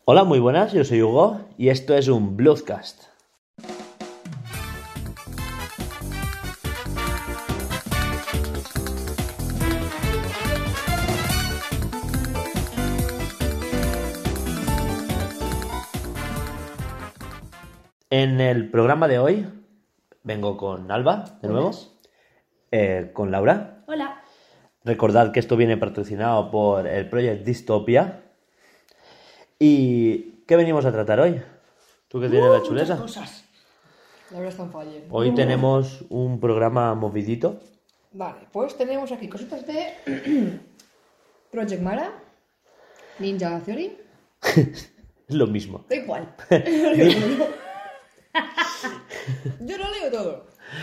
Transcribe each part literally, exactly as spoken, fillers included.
Hola, muy buenas, yo soy Hugo y esto es un Bloodcast. En el programa de hoy vengo con Alba, de nuevo, eh, con Laura. Hola. Recordad que esto viene patrocinado por el Project Dystopia. ¿Y qué venimos a tratar hoy? ¿Tú qué tienes uh, la chuleta? Muchas cosas. Laura está en faller. Hoy uh. tenemos un programa movidito. Vale, pues tenemos aquí cositas de Project Mara, Ninja Theory. Es lo mismo. Da igual. Yo lo leo todo.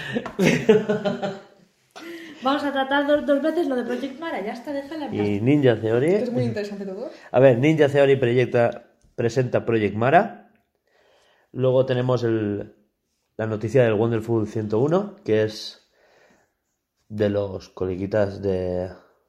Vamos a tratar dos, dos veces lo de Project Mara, ya está, déjala. Y Ninja Theory. Esto es muy interesante todo. A ver, Ninja Theory proyecta, presenta Project Mara. Luego tenemos el, la noticia del Wonderful ciento uno, que es de los coleguitas de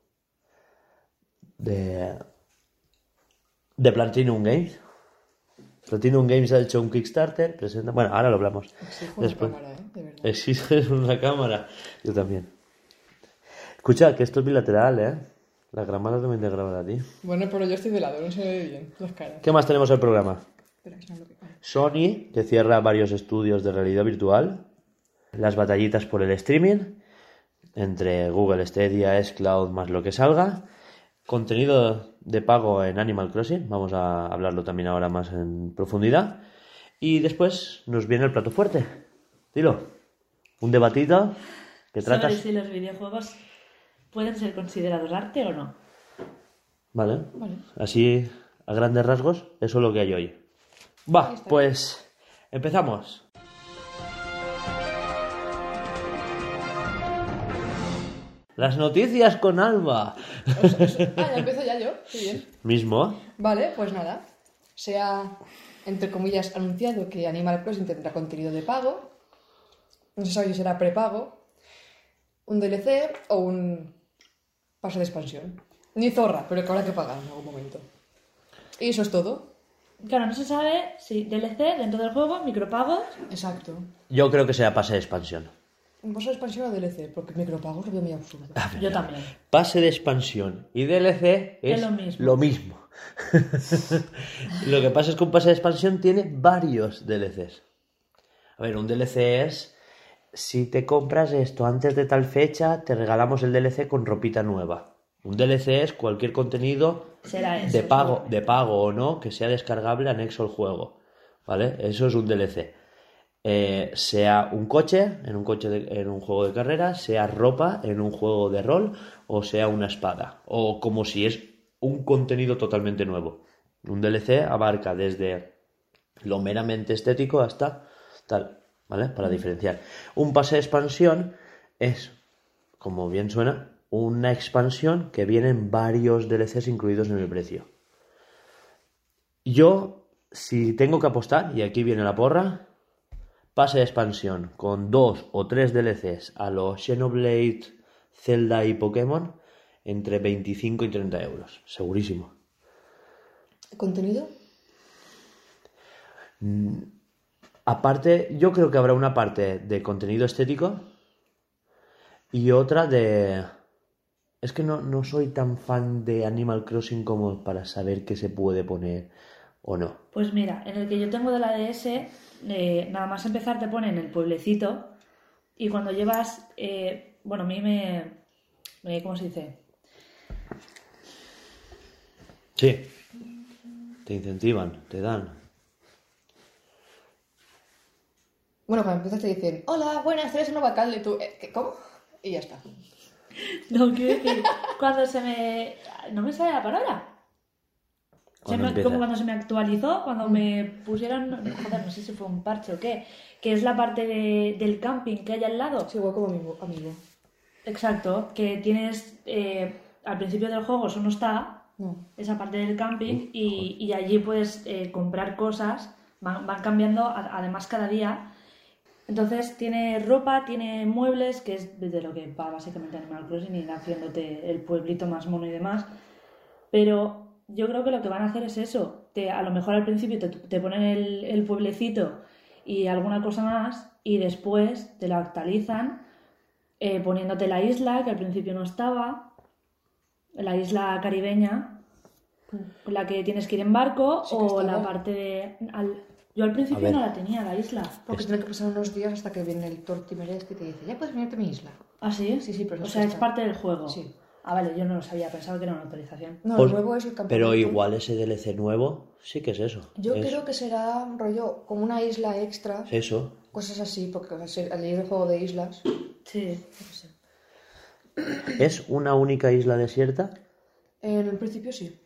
de de Platinum Games. Platinum Games ha hecho un Kickstarter, presenta, bueno, ahora lo hablamos. Exijo una Después. cámara, ¿eh? De verdad. Exige una cámara. Yo también. Escucha, que esto es bilateral, ¿eh? La cámara también te graba a ti. Bueno, pero yo estoy de lado, no se ve bien las caras. ¿Qué más tenemos en el programa? Espera, que se me bloquea. Sony, que cierra varios estudios de realidad virtual. Las batallitas por el streaming. Entre Google Stadia, xCloud, más lo que salga. Contenido de pago en Animal Crossing. Vamos a hablarlo también ahora más en profundidad. Y después nos viene el plato fuerte. Dilo. Un debatito que trata... Sobre si los videojuegos pueden ser considerados arte o no. Vale. Vale. Así, a grandes rasgos, eso es lo que hay hoy. Va, pues empezamos. Las noticias con Alba. Os- os- Ah, ya empiezo ya yo. Qué bien. Mismo. Vale, pues nada. Se ha, entre comillas, anunciado que Animal Crossing tendrá contenido de pago. No se sabe si será prepago, un D L C o un pase de expansión. Ni zorra, pero que habrá que pagar en algún momento. Y eso es todo. Claro, no se sabe si D L C dentro del juego, micropagos. Exacto. Yo creo que será pase de expansión. Un pase de expansión o D L C, porque micropagos lo veo muy absurdo. Yo también. Pase de expansión y D L C es, Es lo mismo. lo mismo. Lo que pasa es que un pase de expansión tiene varios D L Cs. A ver, un D L C es... Si te compras esto antes de tal fecha, te regalamos el D L C con ropita nueva. Un D L C es cualquier contenido Será eso. de pago, de pago o no, que sea descargable anexo al juego. ¿Vale? Eso es un D L C. Eh, sea un coche, en un coche de- en un juego de carreras, sea ropa en un juego de rol, o sea una espada. O como si es un contenido totalmente nuevo. Un D L C abarca desde lo meramente estético hasta tal, ¿vale? Para diferenciar. Un pase de expansión es, como bien suena, una expansión que vienen varios D L Cs incluidos en el precio. Yo, si tengo que apostar, y aquí viene la porra, pase de expansión con dos o tres D L Cs a los Xenoblade, Zelda y Pokémon entre veinticinco y treinta euros. Segurísimo. ¿Contenido? Aparte, yo creo que habrá una parte de contenido estético y otra de... Es que no, no soy tan fan de Animal Crossing como para saber qué se puede poner o no. Pues mira, en el que yo tengo de la D S, eh, nada más empezar te ponen el pueblecito y cuando llevas, eh, bueno, a mí me, me- ¿cómo se dice? Sí. Te incentivan, te dan. Bueno, cuando empiezas te dicen, hola, buenas, eres un nuevo alcalde. Y tú, "Eh, ¿qué? ¿Cómo? Y ya está. No, quiero decir, cuando se me... No me sale la palabra. Se Cuando me- empieza. como cuando se me actualizó, cuando me pusieron, joder, no sé si fue un parche o qué, que es la parte de- del camping que hay al lado. Sí, igual como amigo. amigo. Exacto, que tienes, eh, al principio del juego eso no está, No. esa parte del camping, y, y allí puedes eh, comprar cosas, van, van cambiando a- además cada día. Entonces tiene ropa, tiene muebles, que es de lo que va básicamente Animal Crossing, ir haciéndote el pueblito más mono y demás. Pero yo creo que lo que van a hacer es eso. Te, a lo mejor al principio te, te ponen el, el pueblecito y alguna cosa más y después te lo actualizan eh, poniéndote la isla, que al principio no estaba, la isla caribeña, con la que tienes que ir en barco, Sí que o estaba. la parte de... al- yo al A principio ver. no la tenía, la isla. Porque tiene que pasar unos días hasta que viene el Tortimerés que te dice, ya puedes venirte a mi isla. ¿Ah, sí? Sí, sí, pero O eso sea, es está. parte del juego. Sí. Ah, vale, yo no lo sabía, pensaba que era una autorización. No, Pues- el nuevo es el campamento. Pero igual ese D L C nuevo sí que es eso. Yo es creo que será rollo como una isla extra, eso. cosas así, porque al ser- al leer el juego de islas, Sí. yo qué sé. ¿Es una única isla desierta? En el principio sí.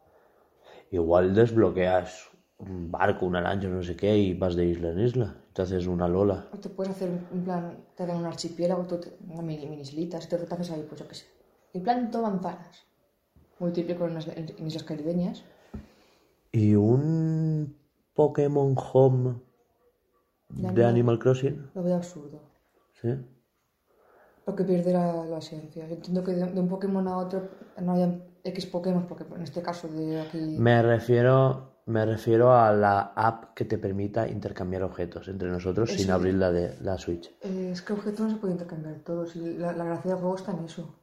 Igual desbloqueas un barco, una lancha, no sé qué, y vas de isla en isla. Te haces una lola. O te puedes hacer un plan, te dan un archipiélago, tú te- una mini, mini islitas, y te te haces ahí, pues yo qué sé. El plan todo manzanas. Muy típico en las en, en islas caribeñas. ¿Y un Pokémon Home De de Animal- Animal Crossing? Lo veo absurdo. ¿Sí? Porque pierde la, la esencia. Yo entiendo que de, de un Pokémon a otro no hayan X Pokémon, porque en este caso de aquí... Me refiero, me refiero a la app que te permita intercambiar objetos entre nosotros Eso sin es. abrir la de la Switch. Eh, es que objetos no se puede intercambiar todos y la, la gracia del juego está en eso.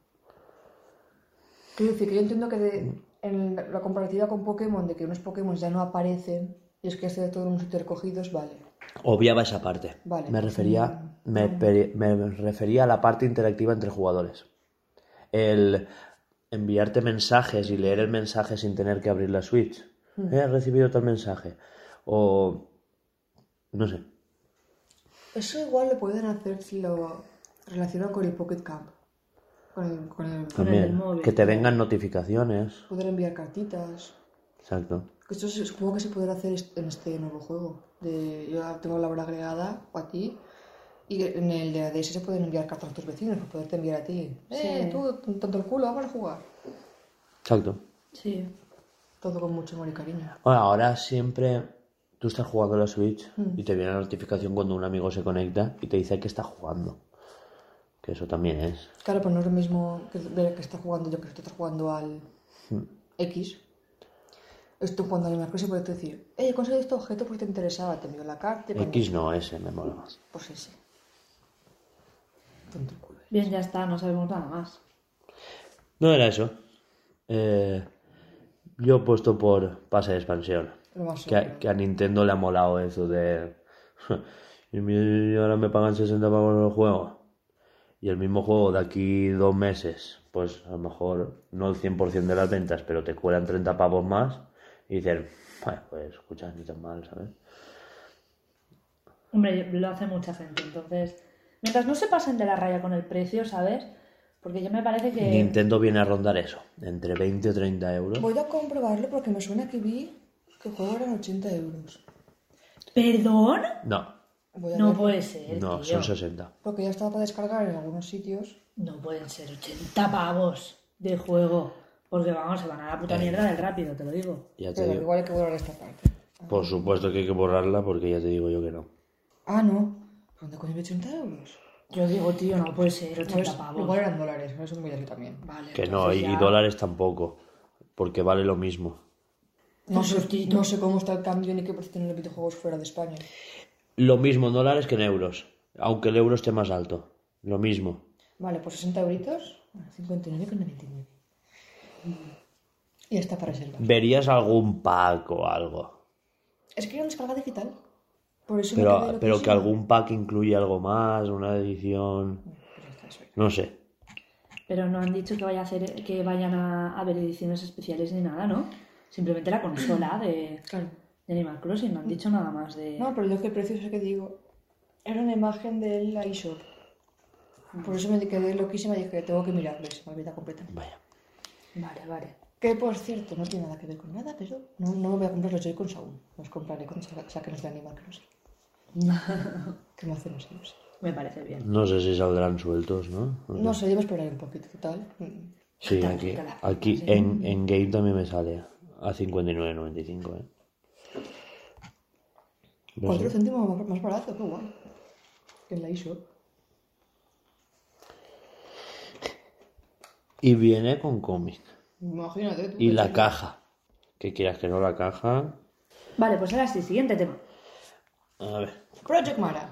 Quiero decir que yo entiendo que de- en la comparativa con Pokémon, de que unos Pokémon ya no aparecen y es que este de todos los sitios recogidos, vale. Obviaba esa parte. Vale, me pues, refería, mm, me, peri- me refería a la parte interactiva entre jugadores. El enviarte mensajes y leer el mensaje sin tener que abrir la Switch. Mm. He recibido tal mensaje. O no sé. Eso igual lo pueden hacer si lo relacionan con el Pocket Camp. Con el, con el Con el del También. móvil. Que te vengan notificaciones. poder enviar cartitas. Exacto. Que esto se- supongo que se podrá hacer est- en este nuevo juego. De, yo tengo la hora agregada o a ti. Y en el de A D S se pueden enviar cartas a tus vecinos para poderte enviar a ti. Eh, Sí. tú, tanto el culo, vamos a jugar. Exacto. Sí. Todo con mucho amor y cariño. Bueno, ahora siempre tú estás jugando a la Switch Mm. y te viene la notificación cuando un amigo se conecta y te dice que está jugando. Que eso también es. Claro, pero no es lo mismo que ver que está jugando yo que estoy jugando al X. Estoy jugando al Animal Crossing y puedes decir, eh, he conseguido este objeto porque te interesaba, te envío la carta. y cuando- X no, ese me mola más. Pues ese. Tonto el culo. Bien, ya está, no sabemos nada más. No era eso. Eh, yo he puesto por pase de expansión. Lo más Que a, seguro. que a Nintendo le ha molado eso de... y mi- y ahora me pagan sesenta pavos por el juego. Y el mismo juego de aquí dos meses, pues a lo mejor no el cien por ciento de las ventas, pero te cuelan treinta pavos más. Y dicen, "Bueno, pues escucha, ni tan mal, ¿sabes?" Hombre, lo hace mucha gente, entonces... Mientras no se pasen de la raya con el precio, ¿sabes? Porque yo me parece que... Nintendo viene a rondar eso, entre veinte o treinta euros. Voy a comprobarlo porque me suena que vi que el juego eran ochenta euros. ¿Perdón? No, Voy a No ver, puede ser, no, tío. son sesenta. porque ya estaba para descargar en algunos sitios. No pueden ser ochenta pavos de juego. Porque vamos, se van a la puta mierda del rápido, te lo digo. Ya te Pero digo. igual hay que borrar esta parte. Por supuesto que hay que borrarla porque ya te digo yo que no. Ah, no. ¿Dónde coño vi ochenta euros? Yo digo, tío, no puede ser No, ochenta es- pavos. igual eran dólares, eso es muy así también. Vale, Que no, entonces y, y ya- dólares tampoco, porque vale lo mismo. No Un sé, sustito. no sé cómo está el cambio ni qué precio tienen los videojuegos fuera de España. Lo mismo en dólares que en euros, aunque el euro esté más alto. Lo mismo. Vale, pues sesenta euritos, cincuenta y nueve con noventa y nueve. Y ya está para reservar. ¿Verías algún pack o algo? Es que era una descarga digital. Por eso me quedé Pero, pero que loquísima. algún pack incluye algo más, una edición... Pues ya está, eso. No sé. Pero no han dicho que vaya a hacer, que vayan a, a ver ediciones especiales ni nada, ¿no? Simplemente la consola de, Claro. de Animal Crossing, no han dicho nada más de... No, pero yo es que el precio es el que digo. Era una imagen del iShop. Por eso me quedé loquísima y dije, tengo que mirarles, me olvidé completamente. Vaya. Vale, vale. Que por cierto, no tiene nada que ver con nada, pero no, no me voy a comprar los Joy-Cons aún. Los compraré cuando sa- saquen los de Animal Crossing. Que me hacen así, no sé. Me parece bien. No sé si saldrán sueltos, ¿no? No sé, yo me esperaré un poquito, total. Mm. Sí, Tan aquí, rica la- aquí sí. en, en Game también me sale a cincuenta y nueve noventa y cinco, ¿eh? No Cuatro sé. céntimos más, más barato, qué guay. Que en la iShop. Y viene con cómic. Imagínate tú. Y que la chulo. caja. Que quieras que no la caja. Vale, pues ahora sí, siguiente tema. A ver. Project Mara.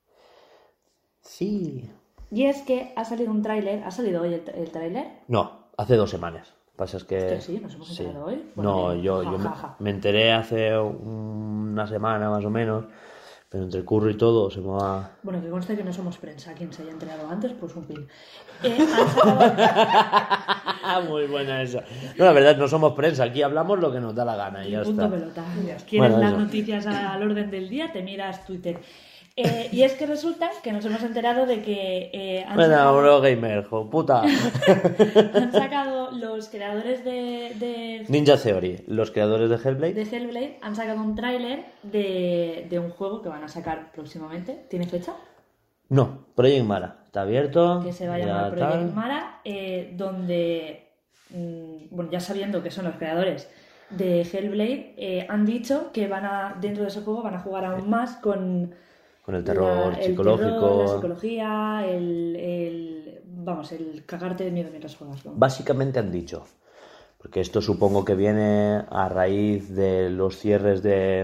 Sí. Y es que ha salido un tráiler, ¿ha salido hoy el, el tráiler? No, hace dos semanas. Pasa es que... Hostia, sí, nos hemos sí. enterado hoy. No, Porque- yo, ja, yo me, ja, ja. me enteré hace una semana más o menos, pero entre el curro y todo se me va... Bueno, que conste que no somos prensa. Quien se haya enterado antes, pues un pin. Eh, han sacado... Muy buena esa. No, la verdad, no somos prensa, aquí hablamos lo que nos da la gana y ya Punto está. pelota. ¿Quieres Bueno, las eso. noticias al orden del día? Te miras Twitter. Eh, y es que resulta que nos hemos enterado de que eh, han, Bueno, sacado, bro gamer, jo, puta. han sacado los creadores de, de, Ninja Theory, los creadores de Hellblade. de Hellblade, han sacado un tráiler de, de un juego que van a sacar próximamente. ¿Tiene fecha? No, Project Mara, está abierto. Que se va a ya llamar Project tal. Mara, eh, donde, mm, bueno, ya sabiendo que son los creadores de Hellblade, eh, han dicho que van a, dentro de ese juego van a jugar aún más con Con el terror la- el psicológico. terror, la psicología, el, el- vamos, el cagarte de miedo mientras juegas. Vamos. Básicamente han dicho, porque esto supongo que viene a raíz de los cierres de,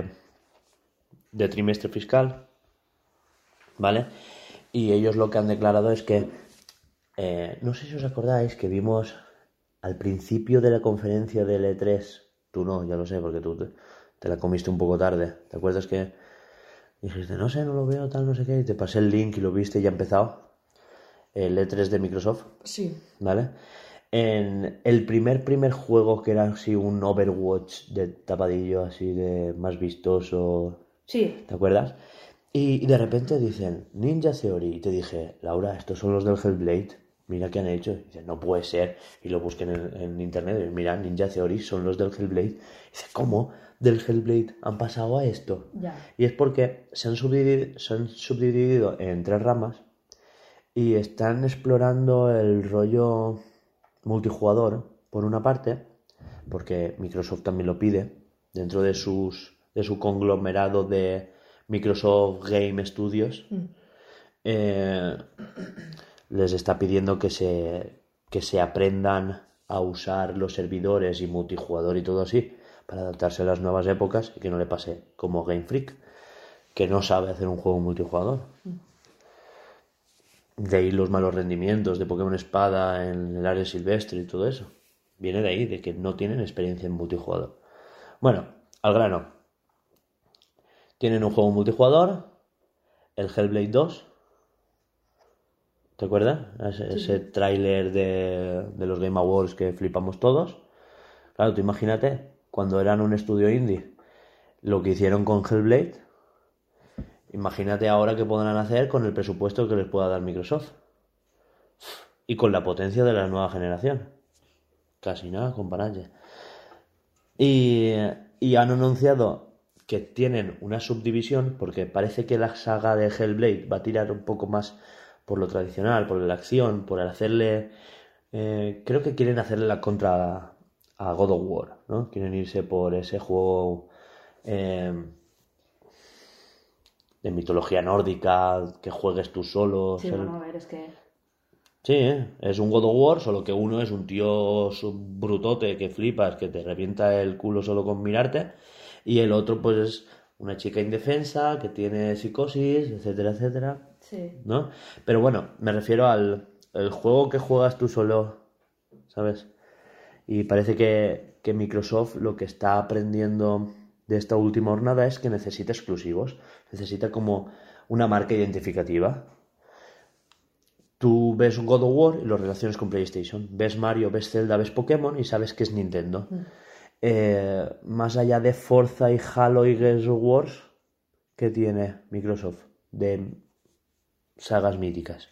de trimestre fiscal, ¿vale? Y ellos lo que han declarado es que, eh, no sé si os acordáis que vimos al principio de la conferencia del E tres, tú no, ya lo sé, porque tú te, te la comiste un poco tarde, ¿te acuerdas que dijiste, no sé, no lo veo, tal, no sé qué, y te pasé el link y lo viste y ya ha empezado el E tres de Microsoft? Sí. ¿Vale? En el primer primer juego que era así un Overwatch de tapadillo, así de más vistoso, Sí, ¿te acuerdas? Y, y de repente dicen Ninja Theory y te dije, Laura, estos son los del Hellblade, mira qué han hecho. Y dice, no puede ser. Y lo busqué en, en internet y mira, Ninja Theory son los del Hellblade. Y dice, ¿cómo? ¿Del Hellblade han pasado a esto? ya. Y es porque se han subdividido, se han subdividido en tres ramas y están explorando el rollo multijugador, por una parte, porque Microsoft también lo pide, dentro de sus de su conglomerado de Microsoft Game Studios, eh, les está pidiendo que se, que se aprendan a usar los servidores y multijugador y todo así, para adaptarse a las nuevas épocas y que no le pase como Game Freak, que no sabe hacer un juego multijugador. De ahí los malos rendimientos de Pokémon Espada en el área silvestre y todo eso. Viene de ahí, de que no tienen experiencia en multijugador. Bueno, al grano. Tienen un juego multijugador, el Hellblade dos. ¿Te acuerdas? Ese, Sí. ese tráiler de, de los Game Awards que flipamos todos. Claro, tú imagínate, cuando eran un estudio indie, lo que hicieron con Hellblade. Imagínate ahora qué podrán hacer con el presupuesto que les pueda dar Microsoft. Y con la potencia de la nueva generación. Casi nada, comparable. Y, y han anunciado que tienen una subdivisión, porque parece que la saga de Hellblade va a tirar un poco más por lo tradicional, por la acción, por el hacerle... Eh, creo que quieren hacerle la contra a God of War, ¿no? Quieren irse por ese juego... Eh, de mitología nórdica, que juegues tú solo. Sí, ser- bueno, a ver, es que... Sí, ¿eh? Es un God of War, solo que uno es un tío sub- brutote que flipas, que te revienta el culo solo con mirarte, y el otro pues es una chica indefensa que tiene psicosis, etcétera, etcétera, Sí. ¿no? Pero bueno, me refiero al el juego que juegas tú solo, ¿sabes? Y parece que, que Microsoft lo que está aprendiendo de esta última jornada es que necesita exclusivos, necesita como una marca identificativa. Tú ves un God of War y lo relacionas con PlayStation, ves Mario, ves Zelda, ves Pokémon y sabes que es Nintendo. Eh, más allá de Forza y Halo y Gears of War, ¿qué tiene Microsoft de sagas míticas?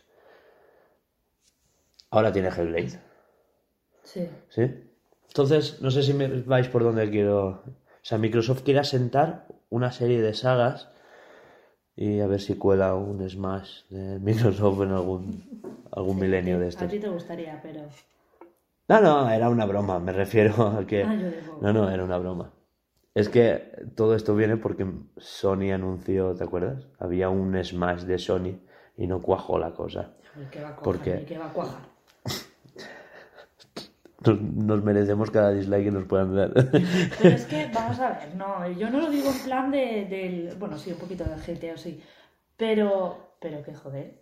Ahora tiene Hellblade. Sí. ¿Sí? Entonces, no sé si me vais por donde quiero. O sea, Microsoft quiere asentar una serie de sagas y a ver si cuela un Smash de Microsoft en algún, algún milenio de A estos. ti te gustaría, pero... No, no, era una broma, me refiero a que... Ah, yo digo... No, no, era una broma. Es que todo esto viene porque Sony anunció, ¿te acuerdas? Había un Smash de Sony y no cuajó la cosa. Uy, ¿qué va a cuajar? ¿Por qué? ¿Y qué va a cuajar? Nos, nos merecemos cada dislike que nos puedan dar. Pero es que, vamos a ver, no, yo no lo digo en plan de, del... Bueno, sí, un poquito de hateo, sí. Pero, pero que joder.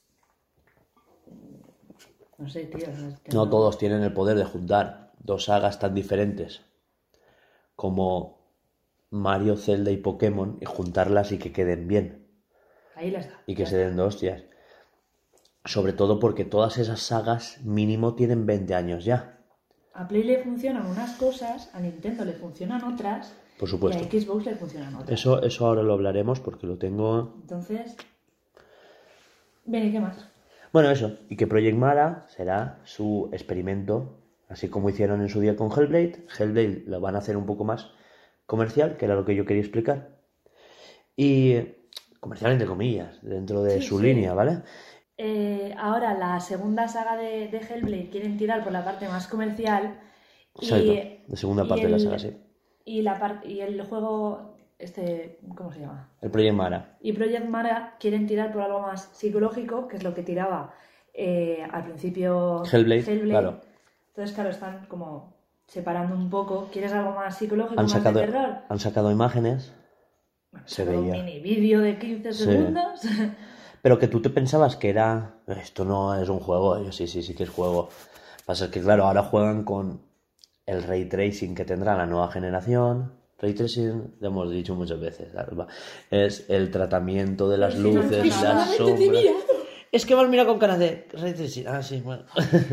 No sé, tío. No, No todos tienen el poder de juntar dos sagas tan diferentes como Mario, Zelda y Pokémon y juntarlas y que queden bien. Ahí las da. Y que se den de hostias. Sobre todo porque todas esas sagas mínimo tienen veinte años ya. A Play le funcionan unas cosas, a Nintendo le funcionan otras, Por supuesto. y a Xbox le funcionan otras. Eso, eso ahora lo hablaremos porque lo tengo... Entonces... Bien, ¿y qué más? Bueno, eso. Y que Project Mara será su experimento, así como hicieron en su día con Hellblade. Hellblade lo van a hacer un poco más comercial, que era lo que yo quería explicar. Y comercial entre comillas, dentro de Sí, su sí. línea, ¿vale? Eh, ahora la segunda saga de, de Hellblade quieren tirar por la parte más comercial. Exacto, Y, la segunda y parte de la el- saga, sí. Y, la par- y el juego, este, ¿cómo se llama? El Project Mara. Y Project Mara quieren tirar por algo más psicológico, que es lo que tiraba eh, al principio Hellblade, claro. Entonces, claro, están como separando un poco. ¿Quieres algo más psicológico, Han más sacado, de terror? han sacado imágenes, Bueno, se saca un veía. mini vídeo de quince Sí. segundos. Pero que tú te pensabas que era... Esto no es un juego. Yo sí, sí, sí que es juego. Pasa es que, claro, ahora juegan con el Ray Tracing que tendrá la nueva generación. Ray Tracing, lo hemos dicho muchas veces, Alba, es el tratamiento de las Sí, no, luces, no, no, las solamente te he sombras... mirado. Es que me has mirado con cara de Ray Tracing. Ah, sí, bueno.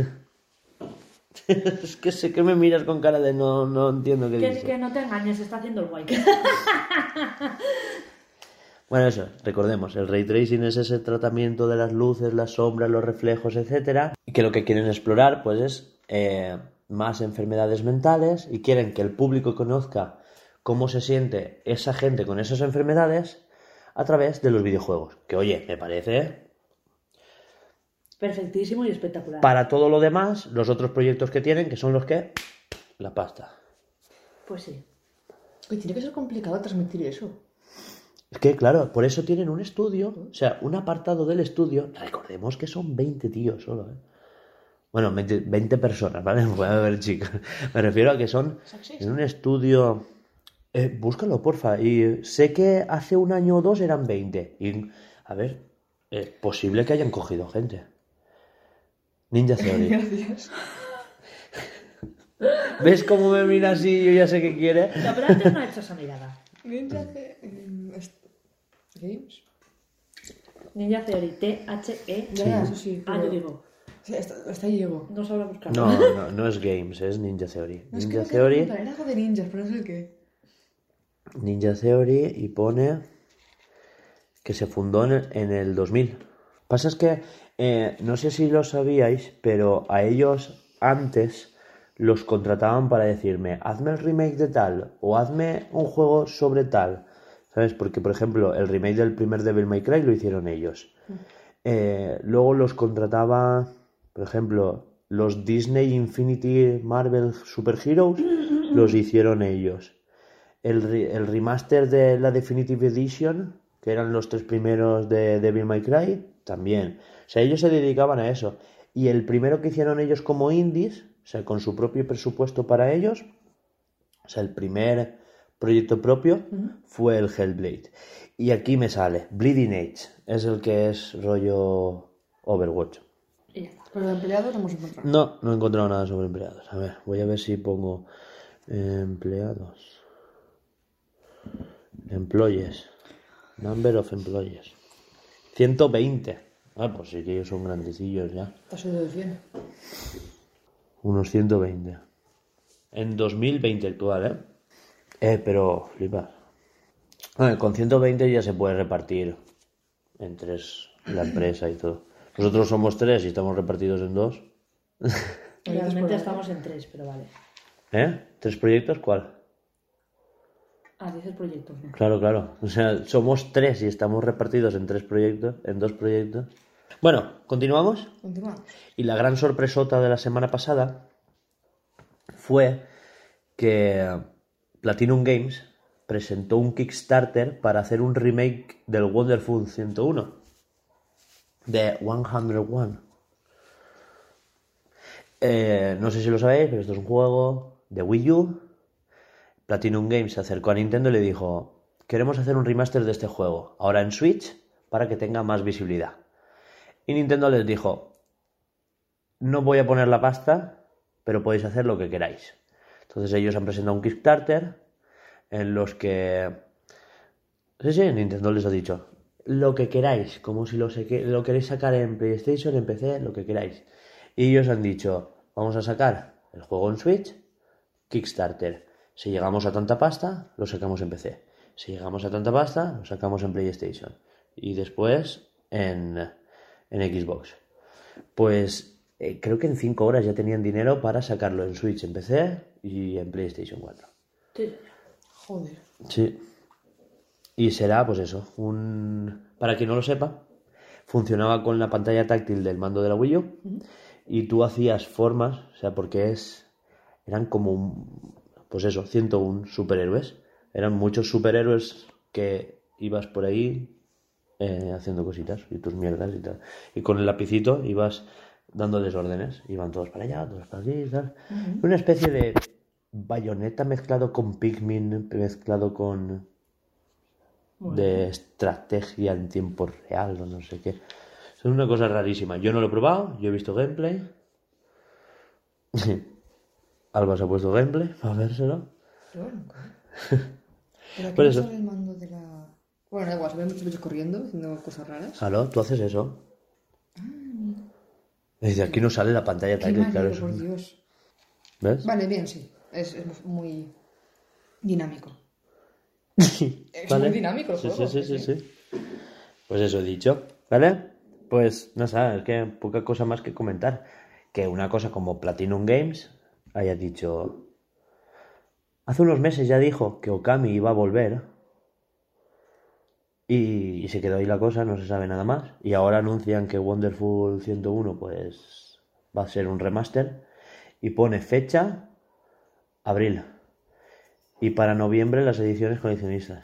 Es que sé que me miras con cara de no, no entiendo qué que, dices. que no te engañes, está haciendo el guay. Bueno, eso, recordemos, el Ray Tracing es ese tratamiento de las luces, las sombras, los reflejos, etcétera, y que lo que quieren explorar, pues, es eh, más enfermedades mentales y quieren que el público conozca cómo se siente esa gente con esas enfermedades a través de los videojuegos. Que, oye, me parece... Perfectísimo y espectacular. Para todo lo demás, los otros proyectos que tienen, que son los que... La pasta. Pues sí. Oye, tiene que ser complicado transmitir eso. Es que, claro, por eso tienen un estudio, o sea, un apartado del estudio. Recordemos que son veinte tíos solo, ¿eh? Bueno, veinte, veinte personas, ¿vale? Puede haber chicas. Me refiero a que son en un estudio... Eh, búscalo, porfa. Y sé que hace un año o dos eran veinte. Y, a ver, es posible que hayan cogido gente. Ninja Theory. Gracias. ¿Ves cómo me mira así? Yo ya sé qué quiere. No, pero antes no ha hecho esa mirada. Ninja The- em, est- Games. Ninja Theory, T H E. Ya, ya, eso sí. Ah, pero- yo digo, Sí, hasta, hasta ahí llego. no sabrá buscarlo. No, no, no es Games, es Ninja Theory. No, es que Ninja me quedé Theory... preguntar, era algo de ninjas, pero no sé el qué. Ninja Theory y pone que se fundó en el, en el dos mil. Pasa es que, eh, no sé si lo sabíais, pero a ellos antes los contrataban para decirme, hazme el remake de tal, o hazme un juego sobre tal, ¿sabes? Porque, por ejemplo, el remake del primer Devil May Cry lo hicieron ellos. Eh, luego los contrataba, por ejemplo, los Disney Infinity Marvel Super Heroes, los hicieron ellos. El, re- el remaster de la Definitive Edition, que eran los tres primeros de Devil May Cry, también. O sea, ellos se dedicaban a eso. Y el primero que hicieron ellos como indies, o sea, con su propio presupuesto para ellos, o sea, el primer proyecto propio fue el Hellblade. Y aquí me sale, Bleeding Edge, es el que es rollo Overwatch. Y ya está. Pero de empleados no hemos encontrado. No, no he encontrado nada sobre empleados. A ver, voy a ver si pongo eh, empleados. Employees. Number of employees. ciento veinte. Ah, pues sí que ellos son grandecillos ya. Está subido de cien. Unos ciento veinte. En dos mil veinte actual, ¿eh? Eh, pero flipas. Bueno, con ciento veinte ya se puede repartir en tres la empresa y todo. Nosotros somos tres y estamos repartidos en dos. Realmente estamos en tres, pero vale. ¿Eh? ¿Tres proyectos? ¿Cuál? Ah, dices proyectos, ¿no? Claro, claro. O sea, somos tres y estamos repartidos en tres proyectos, en dos proyectos. Bueno, continuamos. Continuamos. Y la gran sorpresota de la semana pasada fue que Platinum Games presentó un Kickstarter para hacer un remake del Wonderful ciento uno. De ciento uno. Eh, no sé si lo sabéis, pero esto es un juego de Wii U. Platinum Games se acercó a Nintendo y le dijo: queremos hacer un remaster de este juego, ahora en Switch, para que tenga más visibilidad. Y Nintendo les dijo: no voy a poner la pasta, pero podéis hacer lo que queráis. Entonces ellos han presentado un Kickstarter en los que... Sí, sí, Nintendo les ha dicho lo que queráis, como si lo, se... lo queréis sacar en PlayStation, en P C, lo que queráis. Y ellos han dicho: vamos a sacar el juego en Switch, Kickstarter. Si llegamos a tanta pasta, lo sacamos en P C. Si llegamos a tanta pasta, lo sacamos en PlayStation. Y después en, en Xbox. Pues eh, creo que en cinco horas ya tenían dinero para sacarlo en Switch, en P C y en PlayStation cuatro. Sí. Joder. Sí. Y será, pues eso, un... Para quien no lo sepa, funcionaba con la pantalla táctil del mando de la Wii U. Uh-huh. Y tú hacías formas, o sea, porque es... Eran como un... Pues eso, ciento uno superhéroes. Eran muchos superhéroes que ibas por ahí eh, haciendo cositas y tus mierdas y tal. Y con el lapicito ibas dándoles órdenes. Iban todos para allá, todos para aquí y tal. Uh-huh. Una especie de Bayonetta mezclado con Pikmin, mezclado con... Bueno. De estrategia en tiempo real o no sé qué. Es una cosa rarísima. Yo no lo he probado, yo he visto gameplay. Alba se ha puesto gameplay para vérselo. Yo nunca. ¿Pero Por aquí eso. no sale el mando de la...? Bueno, da igual, se ven muchos bichos corriendo, haciendo cosas raras. Claro, tú haces eso. Ah, mira. Desde aquí no sale la pantalla táctil, claro. Por Eso. Dios. ¿Ves? Vale, bien, sí. Es, es muy dinámico. Es ¿Vale? muy dinámico el sí, juego. Sí, sí, sí, sí. Pues eso he dicho. ¿Vale? Pues no sé, es que poca cosa más que comentar. Que una cosa como Platinum Games haya dicho... Hace unos meses ya dijo que Okami iba a volver y, y se quedó ahí la cosa, no se sabe nada más. Y ahora anuncian que Wonderful ciento uno pues va a ser un remaster y pone fecha abril. Y para noviembre las ediciones coleccionistas.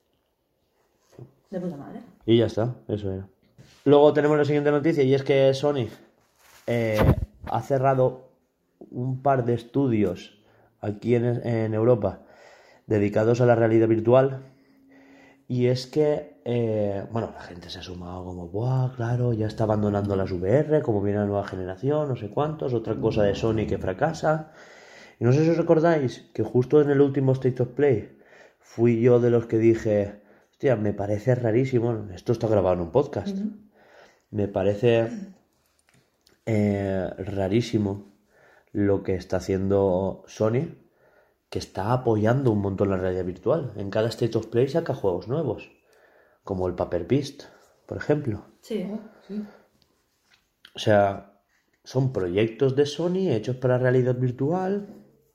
De puta madre. Y ya está, eso era. Luego tenemos la siguiente noticia y es que Sony eh, ha cerrado un par de estudios aquí en, en Europa dedicados a la realidad virtual. Y es que, eh, bueno, la gente se ha sumado como, ¡buah, claro, ya está abandonando las V R, como viene la nueva generación, no sé cuántos, otra cosa de Sony que fracasa. Y no sé si os recordáis que justo en el último State of Play fui yo de los que dije, hostia, me parece rarísimo, esto está grabado en un podcast, uh-huh. me parece eh, rarísimo lo que está haciendo Sony, que está apoyando un montón la realidad virtual. En cada State of Play saca juegos nuevos, como el Paper Beast, por ejemplo. Sí, sí. O sea, son proyectos de Sony hechos para realidad virtual.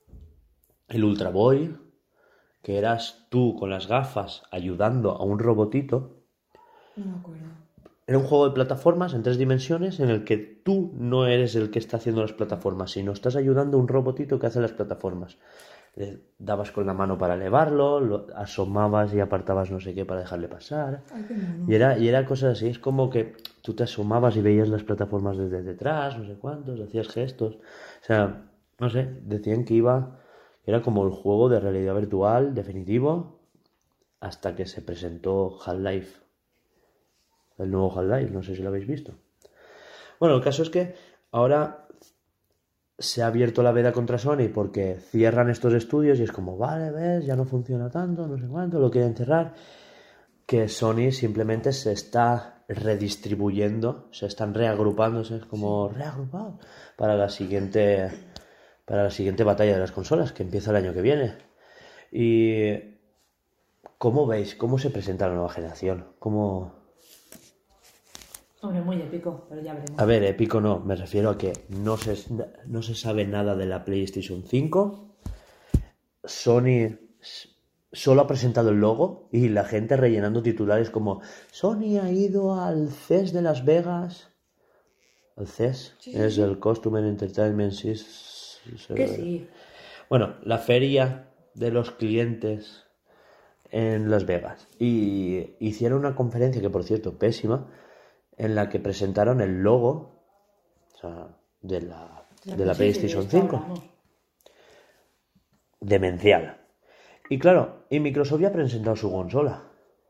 El Ultra Boy, que eras tú con las gafas ayudando a un robotito. No me acuerdo. Era un juego de plataformas en tres dimensiones en el que tú no eres el que está haciendo las plataformas, sino estás ayudando a un robotito que hace las plataformas. Le dabas con la mano para elevarlo, lo asomabas y apartabas no sé qué para dejarle pasar. Ay, qué mono. Y era, y era cosas así, es como que tú te asomabas y veías las plataformas desde detrás, no sé cuántos, hacías gestos. O sea, no sé, decían que iba... Era como el juego de realidad virtual definitivo hasta que se presentó Half-Life. El nuevo Half-Life, no sé si lo habéis visto. Bueno, el caso es que ahora se ha abierto la veda contra Sony porque cierran estos estudios y es como, vale, ves, ya no funciona tanto, no sé cuánto, lo quieren cerrar. Que Sony simplemente se está redistribuyendo, se están reagrupándose, es como reagrupado para la siguiente... para la siguiente batalla de las consolas, que empieza el año que viene. Y... ¿cómo veis? ¿Cómo se presenta la nueva generación? ¿Cómo...? Hombre, muy épico, pero ya veremos. A ver, épico no, me refiero a que no se, no se sabe nada de la PlayStation cinco. Sony solo ha presentado el logo y la gente rellenando titulares como Sony ha ido al C E S de Las Vegas. El C E S sí, es sí. El Customer Entertainment System. Que sí. Bueno, la feria de los clientes en Las Vegas. Y hicieron una conferencia, que por cierto, pésima, en la que presentaron el logo, o sea, de la de la Sí, PlayStation sí, de esto cinco. hablamos. Demencial. Y claro, y Microsoft ya ha presentado su consola.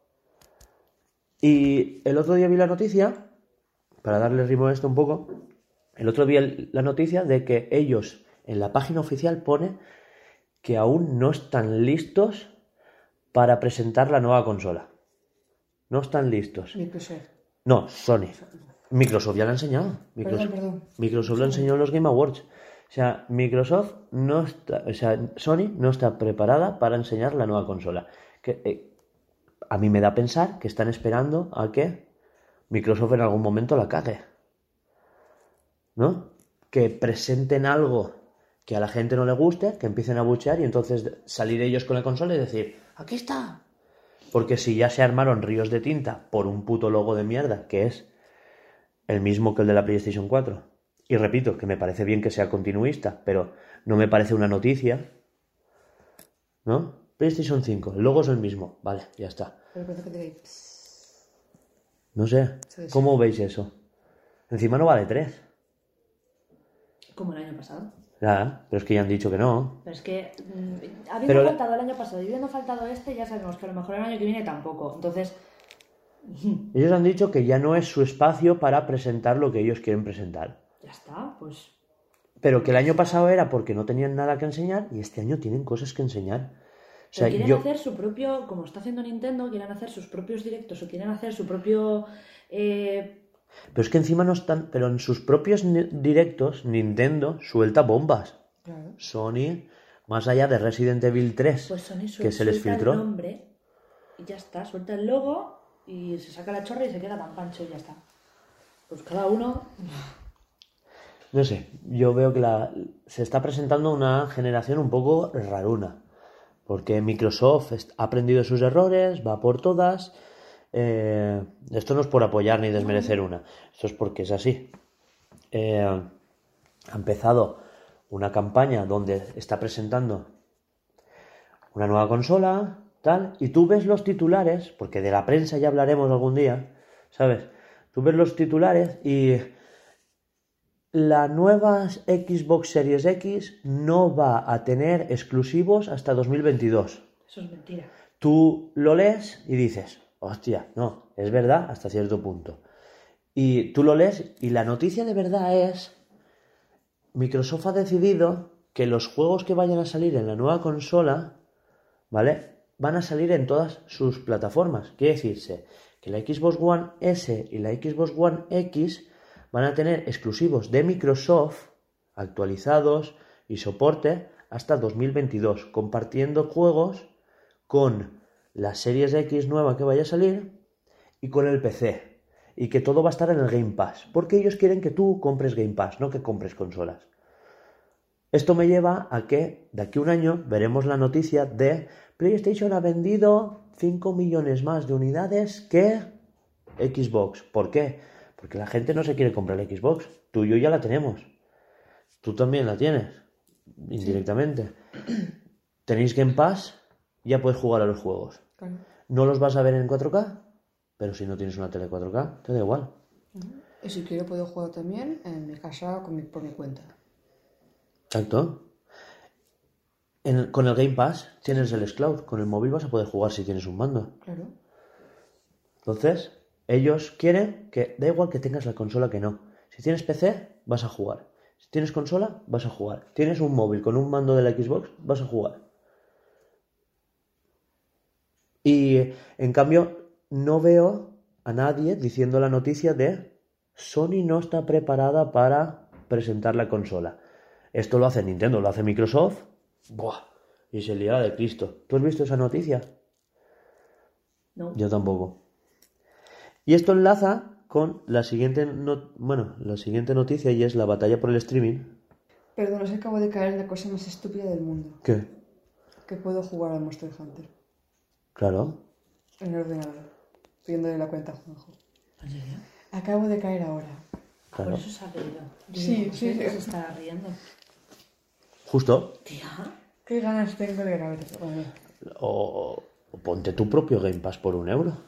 Y el otro día vi la noticia, para darle ritmo a esto un poco, el otro día vi la noticia de que ellos en la página oficial pone que aún no están listos para presentar la nueva consola. No están listos. Microsoft. No, Sony. Microsoft ya la ha enseñado. Microsoft, Perdón, perdón. Microsoft lo enseñó en los Game Awards. O sea, Microsoft no está, o sea, Sony no está preparada para enseñar la nueva consola. Que, eh, a mí me da a pensar que están esperando a que Microsoft en algún momento la cague. ¿No? Que presenten algo que a la gente no le guste, que empiecen a buchear y entonces salir ellos con la consola y decir, aquí está. Porque si ya se armaron ríos de tinta por un puto logo de mierda, que es el mismo que el de la PlayStation cuatro. Y repito, que me parece bien que sea continuista, pero no me parece una noticia. ¿No? PlayStation cinco, el logo es el mismo. Vale, ya está. Pero parece que te diga, pss, No sé, Sí, sí. ¿cómo veis eso? Encima no vale tres. Como el año pasado. Ya, pero es que ya han dicho que no. Pero es que, mm, habiendo Pero la- faltado el año pasado y habiendo faltado este, ya sabemos que a lo mejor el año que viene tampoco. Entonces, Ellos han dicho que ya no es su espacio para presentar lo que ellos quieren presentar. ya está, pues Pero que el año pasado era porque no tenían nada que enseñar y este año tienen cosas que enseñar. O sea, Pero quieren yo... hacer su propio, como está haciendo Nintendo, quieren hacer sus propios directos o quieren hacer su propio... eh, Pero es que encima no están... Pero en sus propios ni- directos, Nintendo suelta bombas. claro. Sony, más allá de Resident Evil tres, pues Sony su- que se les suelta filtró. el nombre y ya está, suelta el logo y se saca la chorra y se queda tan pancho y ya está. Pues cada uno... No sé, yo veo que la, se está presentando una generación un poco raruna. Porque Microsoft est- ha aprendido sus errores, va por todas. Eh, esto no es por apoyar ni desmerecer una, esto es porque es así. Eh, ha empezado una campaña donde está presentando una nueva consola, tal, y tú ves los titulares, porque de la prensa ya hablaremos algún día, ¿sabes? Tú ves los titulares y la nueva Xbox Series X no va a tener exclusivos hasta dos mil veintidós. Eso es mentira. Tú lo lees y dices, hostia, no, es verdad hasta cierto punto. Y tú lo lees y la noticia de verdad es, Microsoft ha decidido que los juegos que vayan a salir en la nueva consola, ¿vale? Van a salir en todas sus plataformas. Quiere decirse que la Xbox One S y la Xbox One X van a tener exclusivos de Microsoft actualizados y soporte hasta dos mil veintidós, compartiendo juegos con la Series X nueva que vaya a salir y con el P C. Y que todo va a estar en el Game Pass. Porque ellos quieren que tú compres Game Pass, no que compres consolas. Esto me lleva a que de aquí a un año veremos la noticia de PlayStation ha vendido cinco millones más de unidades que Xbox. ¿Por qué? Porque la gente no se quiere comprar la Xbox. Tú y yo ya la tenemos. Tú también la tienes. Indirectamente. Tenéis Game Pass, ya puedes jugar a los juegos. Claro. No los vas a ver en cuatro K, pero si no tienes una tele cuatro K, te da igual. Y si quiero puedo jugar también en mi casa con mi, por mi cuenta. Exacto. En el- con el Game Pass tienes el xCloud. Con el móvil vas a poder jugar si tienes un mando. Claro. Entonces, ellos quieren que da igual que tengas la consola que no. Si tienes P C, vas a jugar. Si tienes consola, vas a jugar. Tienes un móvil con un mando de la Xbox, vas a jugar. Y en cambio, no veo a nadie diciendo la noticia de Sony no está preparada para presentar la consola. Esto lo hace Nintendo, lo hace Microsoft. Buah, y se liará de Cristo. ¿Tú has visto esa noticia? No. Yo tampoco. Y esto enlaza con la siguiente, no- bueno, la siguiente noticia y es la batalla por el streaming. Perdón, es que acabo de caer en la cosa más estúpida del mundo. ¿Qué? Que puedo jugar al Monster Hunter Claro. en el ordenador. Pidiéndole la cuenta a Juanjo. ¿En serio? Acabo de caer ahora. Claro. Por eso se ha reído. Yo Sí, digo, sí, ¿por qué sí. se está riendo? Justo. Tía, Qué ganas tengo de grabar. Bueno, O, o ponte tu propio Game Pass por un euro.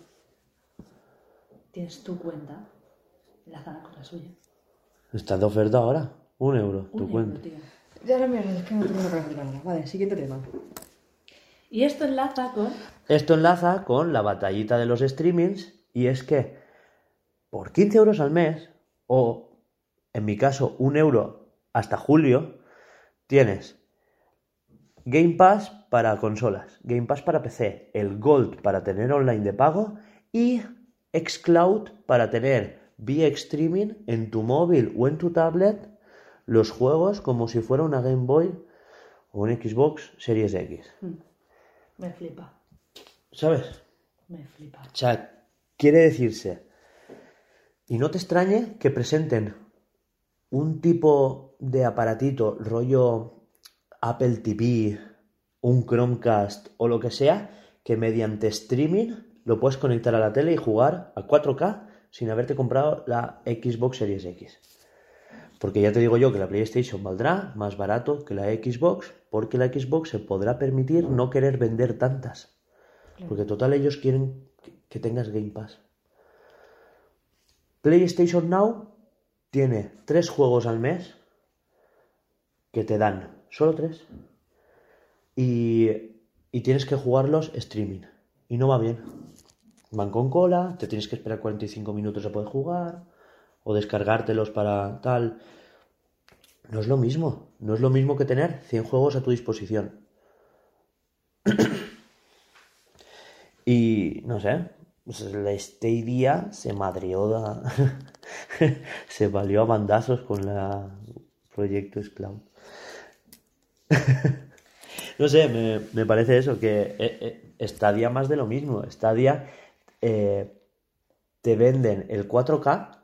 tienes tu cuenta enlazada con la suya. Está de oferta ahora. Un euro, tu Un euro, cuenta. tío. Ya la mierda, es que no tengo una cabeza de nada. Vale, siguiente tema. Y esto enlaza con... Esto enlaza con la batallita de los streamings y es que por quince euros al mes, o en mi caso un euro hasta julio, tienes Game Pass para consolas, Game Pass para P C, el Gold para tener online de pago y xCloud para tener vía streaming en tu móvil o en tu tablet los juegos como si fuera una Game Boy o un Xbox Series X. Me flipa, ¿Sabes? me flipa. O sea, quiere decirse, y no te extrañe que presenten un tipo de aparatito rollo Apple T V, un Chromecast o lo que sea, que mediante streaming lo puedes conectar a la tele y jugar a cuatro K sin haberte comprado la Xbox Series X. Porque ya te digo yo que la PlayStation valdrá más barato que la Xbox, porque la Xbox se podrá permitir no querer vender tantas. Porque total ellos quieren que tengas Game Pass. PlayStation Now tiene tres juegos al mes que te dan, solo tres, y, y tienes que jugarlos streaming. Y no va bien. Van con cola, te tienes que esperar cuarenta y cinco minutos a poder jugar, o descargártelos para tal. No es lo mismo. No es lo mismo que tener cien juegos a tu disposición. Y no sé, pues la Stadia se madreó, da- se valió a bandazos con la Proyecto Cloud. No sé, me, me parece eso, que eh, eh, Stadia más de lo mismo. Stadia eh, te venden el cuatro K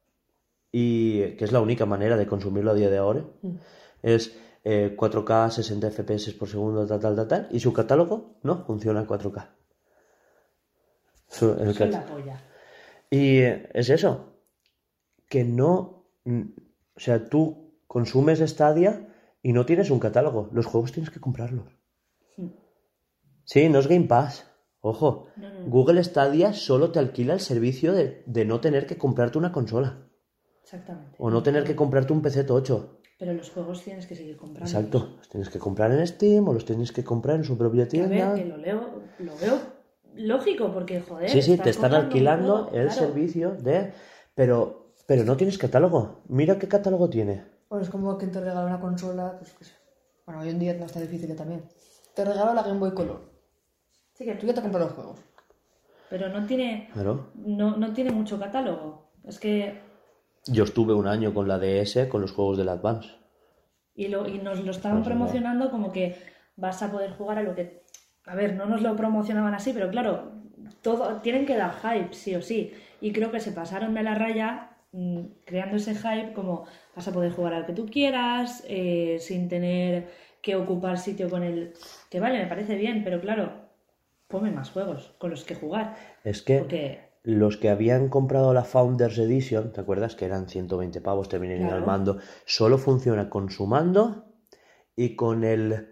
y que es la única manera de consumirlo a día de ahora. Es eh, cuatro K, sesenta F P S por segundo, tal, tal, tal, tal, y su catálogo no funciona en cuatro K. Su- el Soy cat- la polla. Y eh, es eso, que no, mm, o sea, tú consumes Stadia y no tienes un catálogo, los juegos tienes que comprarlos. Sí, no es Game Pass, ojo, No, no. Google Stadia solo te alquila el servicio de, de no tener que comprarte una consola Exactamente. o no tener que comprarte un P C tocho. Pero los juegos tienes que seguir comprando. Exacto, los tienes que comprar en Steam o los tienes que comprar en su propia Que a tienda. ver, que lo leo, lo veo lógico, porque joder. Sí, sí, estás te están comprando un alquilando juego, el claro. servicio de... Pero, pero no tienes catálogo. Mira qué catálogo tiene. Bueno, es como quien te regala una consola, pues que sé. Bueno, hoy en día no está difícil ya también. Te regalo la Game Boy Color. Sí, que Tú ya te compras los juegos. Pero no tiene, Claro. no, no tiene mucho catálogo. Es que... Yo estuve un año con la D S con los juegos del Advance. Y, lo, y nos lo estaban Pues promocionando como que vas a poder jugar a lo que... A ver, no nos lo promocionaban así, pero claro, todo tienen que dar hype, sí o sí. Y creo que se pasaron de la raya mm, creando ese hype como vas a poder jugar al que tú quieras, eh, sin tener que ocupar sitio con el... Que vale, me parece bien, pero claro, ponme más juegos con los que jugar. Es que Porque... los que habían comprado la Founders Edition, ¿te acuerdas? Que eran ciento veinte pavos, te vienen Claro. al mando. Solo funciona con su mando y con el,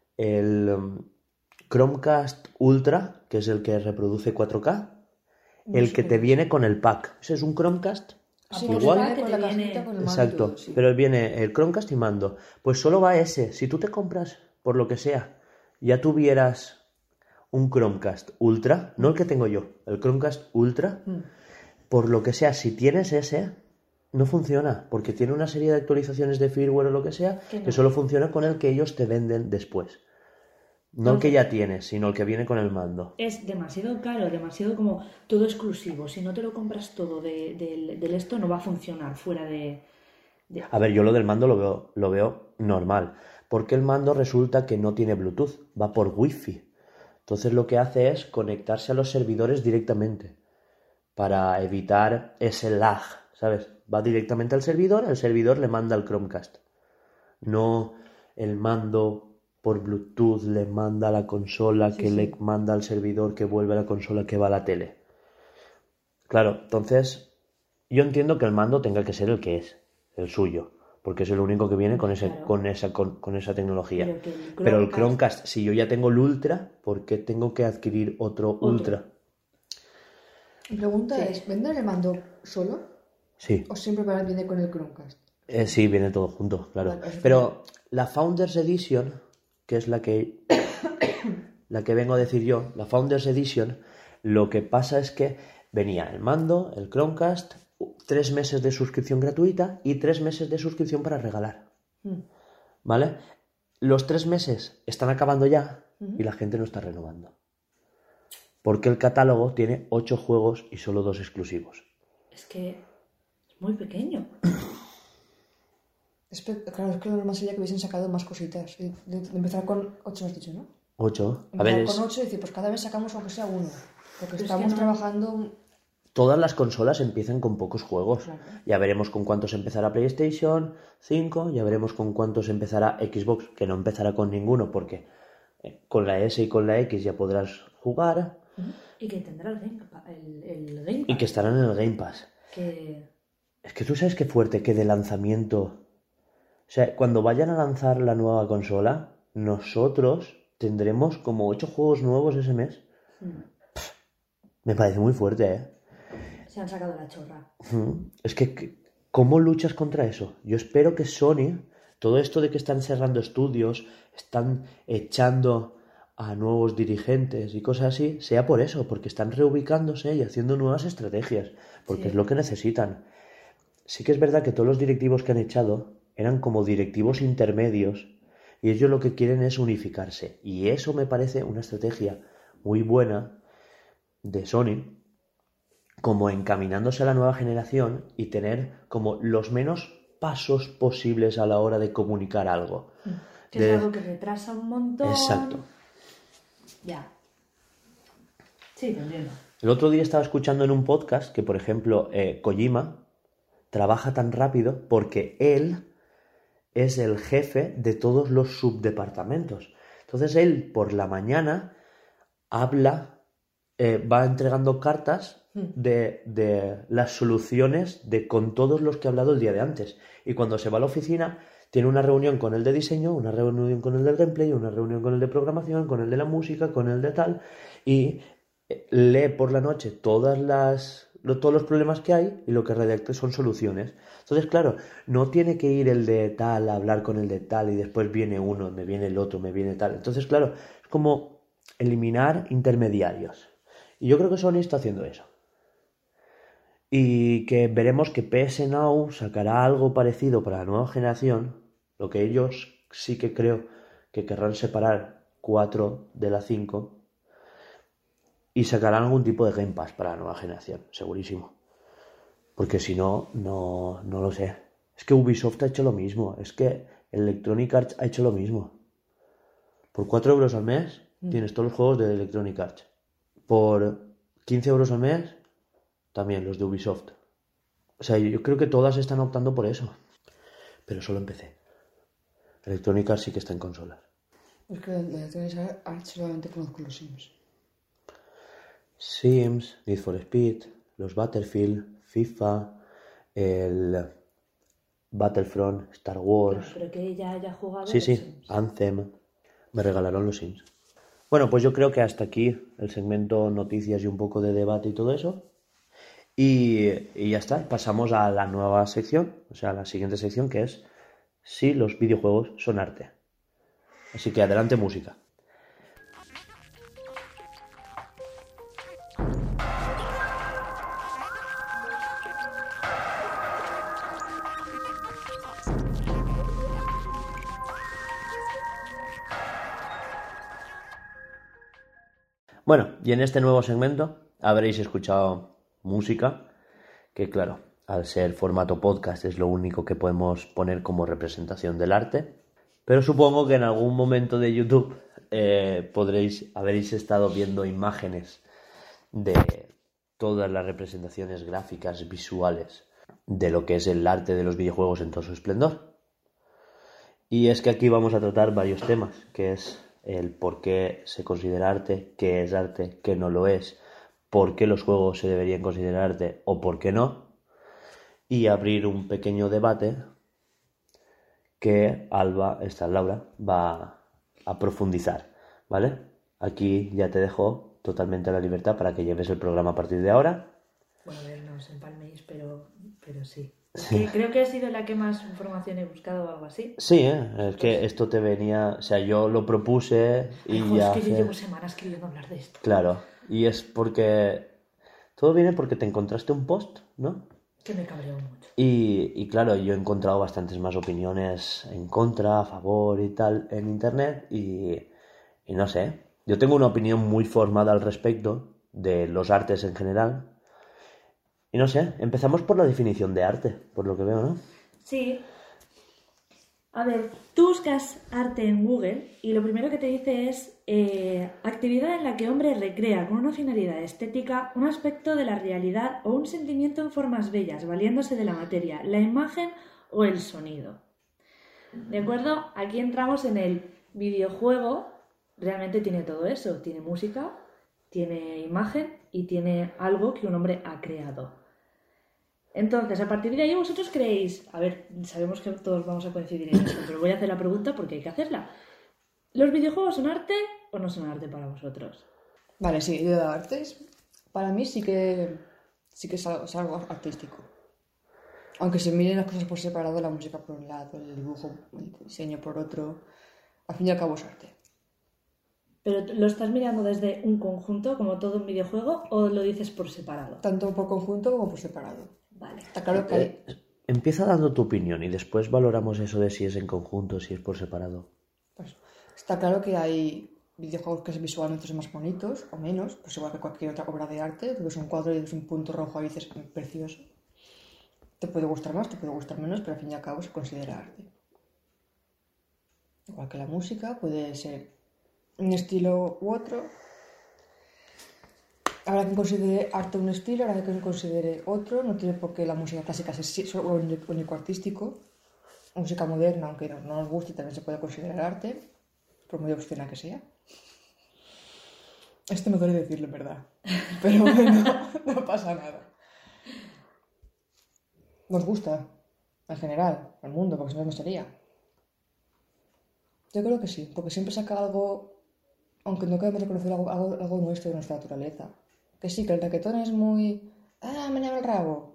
el um, Chromecast Ultra, que es el que reproduce cuatro K, el que te viene con el pack. Ese es un Chromecast Ah, Sí, pues igual igual con que la te cajita, viene- con el mando y Exacto, todo, sí. pero viene el Chromecast y mando. Pues solo va ese. Si tú te compras, por lo que sea, ya tuvieras un Chromecast Ultra, no el que tengo yo, el Chromecast Ultra, por lo que sea, si tienes ese, no funciona, porque tiene una serie de actualizaciones de firmware o lo que sea, Que no. que solo funciona con el que ellos te venden después. No el que ya tienes, sino el que viene con el mando. Es demasiado caro, demasiado como todo exclusivo. Si no te lo compras todo de, del- del esto, no va a funcionar fuera de... de- A ver, yo lo del mando lo veo, lo veo normal, porque el mando resulta que no tiene Bluetooth, va por Wi-Fi. Entonces lo que hace es conectarse a los servidores directamente para evitar ese lag, ¿sabes? Va directamente al servidor, el servidor le manda al Chromecast. No el mando por Bluetooth le manda a la consola, que le manda al servidor, que vuelve a la consola, que va a la tele. Claro, entonces yo entiendo que el mando tenga que ser el que es, el suyo, porque es el único que viene con ese, Claro. con esa, con, con esa tecnología. Pero que el Pero el Chromecast- Chromecast, si yo ya tengo el Ultra, ¿por qué tengo que adquirir otro, Otro. Ultra? Mi pregunta es, ¿venden el mando solo? Sí, ¿O siempre viene con el Chromecast? Eh, sí, viene todo junto, claro. Vale, eso Pero la Founders Edition, que es la que la que vengo a decir yo, la Founders Edition, lo que pasa es que venía el mando, el Chromecast, tres meses de suscripción gratuita y tres meses de suscripción para regalar. Mm. ¿Vale? Los tres meses están acabando ya y la gente no está renovando. Porque el catálogo tiene ocho juegos y solo dos exclusivos. Es que es muy pequeño. Espe- Claro, es que lo normal sería que hubiesen sacado más cositas. De, de- de empezar con ocho, has dicho, ¿no? Ocho. A Empezar ver, con es- ocho y decir, pues cada vez sacamos aunque sea uno. Porque es que estamos no- trabajando... todas las consolas empiezan con pocos juegos. Claro. Ya veremos con cuántos empezará PlayStation cinco, ya veremos con cuántos empezará Xbox, que no empezará con ninguno porque eh, con la S y con la X ya podrás jugar Y que tendrá el Game, Pa- el, el Game y que Pass, estarán en el Game Pass. que Es que tú sabes qué fuerte que de lanzamiento. O sea, cuando vayan a lanzar la nueva consola, nosotros tendremos como ocho juegos nuevos ese mes. mm, Me parece muy fuerte, ¿eh? se han sacado la chorra. Ujú. Es que, que- ¿cómo luchas contra eso? Yo espero que Sony, todo esto de que están cerrando estudios, están echando a nuevos dirigentes y cosas así, sea por eso, porque están reubicándose y haciendo nuevas estrategias, porque Sí. es lo que necesitan. Sí que es verdad que todos los directivos que han echado eran como directivos intermedios y ellos lo que quieren es unificarse. Y eso me parece una estrategia muy buena de Sony, como encaminándose a la nueva generación y tener como los menos pasos posibles a la hora de comunicar algo. Que De- es algo que retrasa un montón. Exacto. Ya. Sí, te entiendo. El otro día estaba escuchando en un podcast que, por ejemplo, eh, Kojima trabaja tan rápido porque él es el jefe de todos los subdepartamentos. Entonces él por la mañana habla, eh, va entregando cartas de, de las soluciones de con todos los que ha hablado el día de antes. Y cuando se va a la oficina, tiene una reunión con el de diseño, una reunión con el del gameplay, una reunión con el de programación, con el de la música, con el de tal, y eh, lee por la noche todas las, lo- todos los problemas que hay y lo que redacta son soluciones. Entonces, claro, no tiene que ir el de tal a hablar con el de tal y después viene uno, me viene el otro, me viene tal. Entonces, claro, es como eliminar intermediarios. Y yo creo que Sony está haciendo eso. Y que veremos que P S Now sacará algo parecido para la nueva generación, lo que ellos sí que creo que querrán separar cuatro de la cinco y sacarán algún tipo de Game Pass para la nueva generación, segurísimo. Porque si no, no, no lo sé. Es que Ubisoft ha hecho lo mismo, es que Electronic Arts ha hecho lo mismo. Por cuatro euros al mes tienes todos los juegos de Electronic Arts. Por quince euros al mes también los de Ubisoft. O sea, yo creo que todas están optando por eso. Pero solo en P C. Electronic Arts sí que está en consolas. Es que de Electronic Arts solamente conozco los Sims. Sims, Need for Speed, los Battlefield, FIFA, el Battlefront, Star Wars. Pero que ella haya jugado. Sí, los sí, Sims. Anthem. Me regalaron los Sims. Bueno, pues yo creo que hasta aquí el segmento noticias y un poco de debate y todo eso. Y, y ya está, pasamos a la nueva sección, o sea, a la siguiente sección que es si los videojuegos son arte. Así que adelante música. Bueno, y en este nuevo segmento habréis escuchado música, que claro, al ser formato podcast es lo único que podemos poner como representación del arte, pero supongo que en algún momento de YouTube eh, podréis, habréis estado viendo imágenes de todas las representaciones gráficas, visuales, de lo que es el arte de los videojuegos en todo su esplendor. Y es que aquí vamos a tratar varios temas, que es el por qué se considera arte, qué es arte, qué no lo es, por qué los juegos se deberían considerar arte o por qué no, y abrir un pequeño debate que Alba, esta Laura, va a profundizar, ¿vale? Aquí ya te dejo totalmente la libertad para que lleves el programa a partir de ahora Bueno, a ver, no os empalméis, pero, pero sí. Que creo que ha sido la que más información he buscado o algo así. Sí, ¿eh? Es que esto te venía... O sea, yo lo propuse y Ay, jo, ya... es que yo hace- llevo semanas queriendo hablar de esto. Claro, y es porque... Todo viene porque te encontraste un post, ¿no? Que me cabreó mucho. Y, y claro, yo he encontrado bastantes más opiniones en contra, a favor y tal en internet y, y no sé, yo tengo una opinión muy formada al respecto de los artes en general y no sé, empezamos por la definición de arte, por lo que veo, ¿no? Sí. A ver, tú buscas arte en Google y lo primero que te dice es eh, actividad en la que hombre recrea con una finalidad estética un aspecto de la realidad o un sentimiento en formas bellas, valiéndose de la materia, la imagen o el sonido. ¿De acuerdo? Aquí entramos en el videojuego. Realmente tiene todo eso. Tiene música, tiene imagen y tiene algo que un hombre ha creado. Entonces, a partir de ahí vosotros creéis, a ver, sabemos que todos vamos a coincidir en esto, pero voy a hacer la pregunta porque hay que hacerla. ¿Los videojuegos son arte o no son arte para vosotros? Vale, sí, yo de artes. Para mí sí que sí que es algo, es algo artístico. Aunque se miren las cosas por separado, la música por un lado, el dibujo, el diseño por otro, al fin y al cabo es arte. ¿Pero lo estás mirando desde un conjunto, como todo un videojuego, o lo dices por separado? Tanto por conjunto como por separado. Vale. Está claro que hay... Eh, empieza dando tu opinión y después valoramos eso de si es en conjunto, si es por separado. Pues, está claro que hay videojuegos que visualmente son más bonitos o menos, pues igual que cualquier otra obra de arte, tú ves un cuadro y ves un punto rojo y dices precioso. Te puede gustar más, te puede gustar menos, pero al fin y al cabo se considera arte. Igual que la música, puede ser un estilo u otro. Habrá quien considere arte un estilo, habrá quien considere otro. No tiene por qué la música clásica ser solo único artístico. Música moderna, aunque no, no nos guste, también se puede considerar arte, por muy obscena que sea. Esto me duele decirlo, en verdad. Pero bueno, no pasa nada. Nos gusta, en general, al mundo, porque si no, no sería. Yo creo que sí, porque siempre saca algo, aunque no queremos reconocer algo, algo, algo nuestro de nuestra naturaleza. Que sí, que el reggaetón es muy... ¡Ah, me llama el rabo!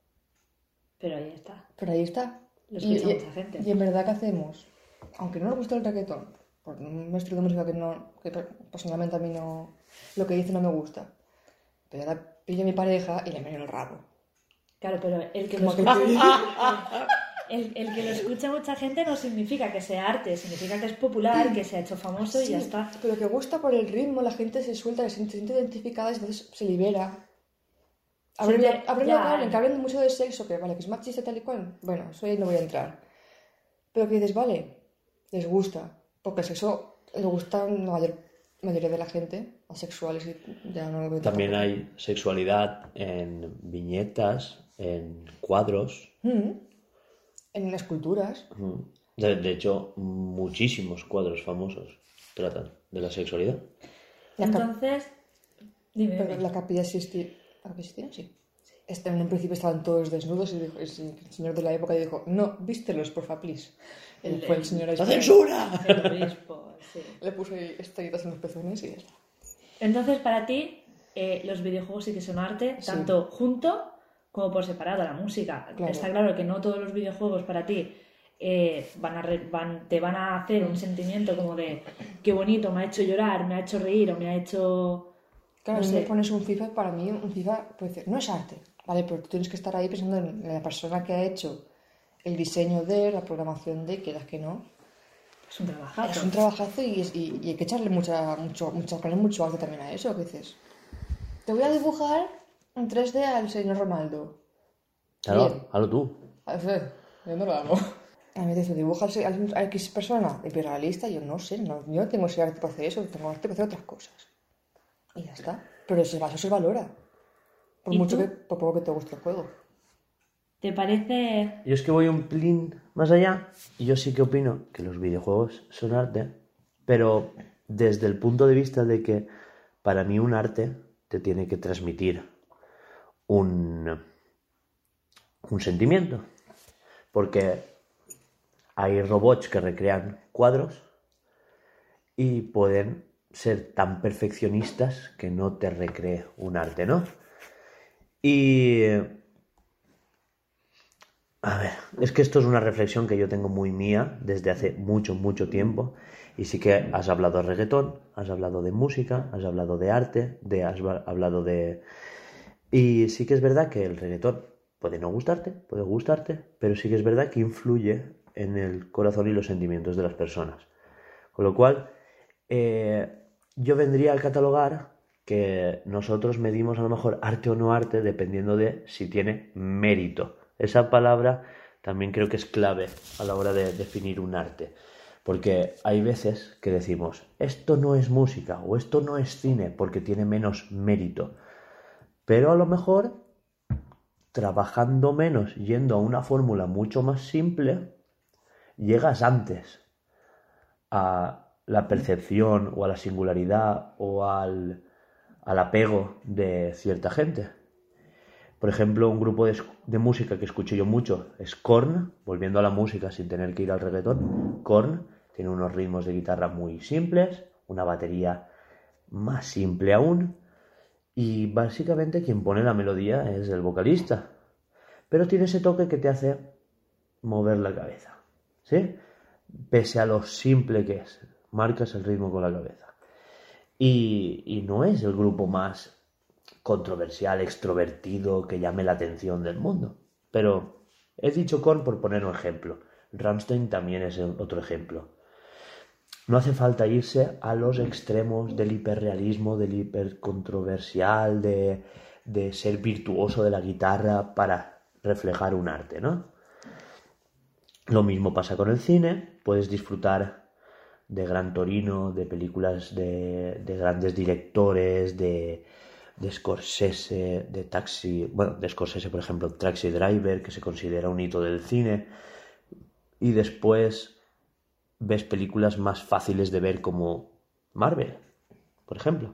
Pero ahí está. Pero ahí está. Lo Y, escucha y- mucha gente. y en verdad, ¿qué hacemos? Aunque no nos gusta el reggaetón, por un estilo de música que, no, que personalmente a mí no... Lo que dice no me gusta. Pero ahora pillo a mi pareja y le meto el rabo. Claro, pero el que lo Como que escucha... El, el que lo escucha mucha gente no significa que sea arte, significa que es popular, que se ha hecho famoso y Sí, ya está. pero que gusta por el ritmo, la gente se suelta, se siente, se siente identificada y entonces se libera. Hablen, Sí, te- hablen ya. lo que hablen, que hablen mucho de sexo, que vale, que es machista tal y cual. Bueno, eso ahí no voy a entrar. Pero que dices, vale, les gusta. Porque el sexo le gusta a la mayor, mayoría de la gente, asexuales y ya no lo veo También tampoco. hay sexualidad en viñetas, en cuadros. Mm. En las culturas. Ujú. De, de hecho, muchísimos cuadros famosos tratan de la sexualidad. La, cap- Entonces, dime, pero dime. la capilla Sistina, ¿la capilla Sistina? Sí. Este, en un principio estaban todos desnudos y dijo, el señor de la época dijo, no, vístelos, porfa, please. Él fue el señor ahí. ¡La censura! El obispo, sí. Le puso ahí estrellitas en los pezones y ya está. Entonces, para ti, eh, los videojuegos sí que son arte, Sí. tanto junto como por separado, la música. Claro. Está claro que no todos los videojuegos para ti eh, van a re- van- te van a hacer un sentimiento como de qué bonito, me ha hecho llorar, me ha hecho reír o me ha hecho... Claro, no si sé. me pones un FIFA, para mí un FIFA puede decir, no es arte, ¿vale? Pero tú tienes que estar ahí pensando en la persona que ha hecho el diseño de, la programación de, quieras que no. Es un trabajazo. Es un trabajazo y, es- y, y hay que echarle mucha, mucho, mucho, ponerle mucho arte también a eso, que dices, te voy a dibujar en tres D al señor Ronaldo. Claro, Bien. hazlo tú. A ver, yo no lo hago. A mí me dice, dibujas a X persona hiperrealista, yo no sé, no, yo no tengo ese arte para hacer eso, tengo arte para hacer otras cosas. Y ya está. Pero eso, eso se valora. Por ¿Y mucho tú? que, por poco que te guste el juego. ¿Te parece...? Yo es que voy un plin más allá y yo sí que opino que los videojuegos son arte, pero desde el punto de vista de que para mí un arte te tiene que transmitir un, un sentimiento. Porque hay robots que recrean cuadros y pueden ser tan perfeccionistas que no te recree un arte, ¿no? Y... A ver, es que esto es una reflexión que yo tengo muy mía desde hace mucho, mucho tiempo. Y sí que has hablado de reggaetón, has hablado de música, has hablado de arte, de, has hablado de... Y sí que es verdad que el reggaetón puede no gustarte, puede gustarte, pero sí que es verdad que influye en el corazón y los sentimientos de las personas. Con lo cual, eh, yo vendría a catalogar que nosotros medimos a lo mejor arte o no arte dependiendo de si tiene mérito. Esa palabra también creo que es clave a la hora de definir un arte. Porque hay veces que decimos, esto no es música o esto no es cine porque tiene menos mérito. Pero a lo mejor, trabajando menos, yendo a una fórmula mucho más simple, llegas antes a la percepción o a la singularidad o al, al apego de cierta gente. Por ejemplo, un grupo de, de música que escucho yo mucho es Korn, volviendo a la música sin tener que ir al reggaetón. Korn tiene unos ritmos de guitarra muy simples, una batería más simple aún, y básicamente quien pone la melodía es el vocalista. Pero tiene ese toque que te hace mover la cabeza, ¿sí? Pese a lo simple que es, marcas el ritmo con la cabeza. Y, y no es el grupo más controversial, extrovertido, que llame la atención del mundo. Pero he dicho Korn por poner un ejemplo. Rammstein también es otro ejemplo. No hace falta irse a los extremos del hiperrealismo, del hipercontroversial, de, de ser virtuoso de la guitarra para reflejar un arte, ¿no? Lo mismo pasa con el cine. Puedes disfrutar de Gran Torino, de películas de, de grandes directores, de, de Scorsese, de Taxi... Bueno, de Scorsese, por ejemplo, Taxi Driver, que se considera un hito del cine. Y después ves películas más fáciles de ver como Marvel, por ejemplo.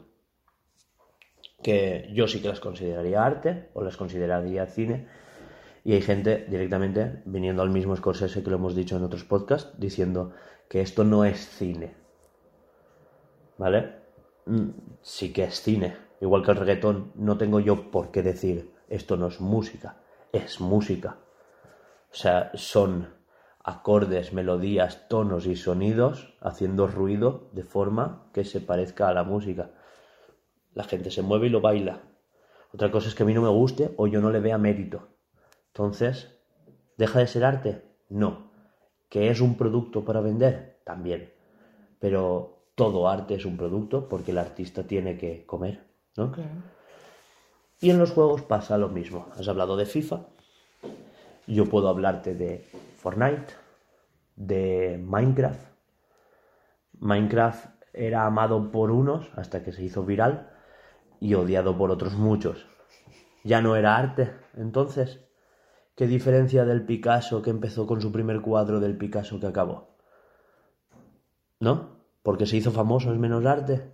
Que yo sí que las consideraría arte o las consideraría cine. Y hay gente directamente viniendo al mismo Scorsese, que lo hemos dicho en otros podcasts, diciendo que esto no es cine. ¿Vale? Sí que es cine. Igual que el reggaetón, no tengo yo por qué decir esto no es música. Es música. O sea, son acordes, melodías, tonos y sonidos haciendo ruido de forma que se parezca a la música. La gente se mueve y lo baila. Otra cosa es que a mí no me guste o yo no le vea mérito. Entonces, ¿deja de ser arte? No. ¿Que es un producto para vender? También. Pero todo arte es un producto porque el artista tiene que comer, ¿no? Claro. Y en los juegos pasa lo mismo. Has hablado de FIFA. Yo puedo hablarte de Fortnite, de Minecraft. Minecraft era amado por unos hasta que se hizo viral y odiado por otros muchos. Ya no era arte, entonces... ¿Qué diferencia del Picasso que empezó con su primer cuadro del Picasso que acabó? ¿No? ¿Porque se hizo famoso es menos arte?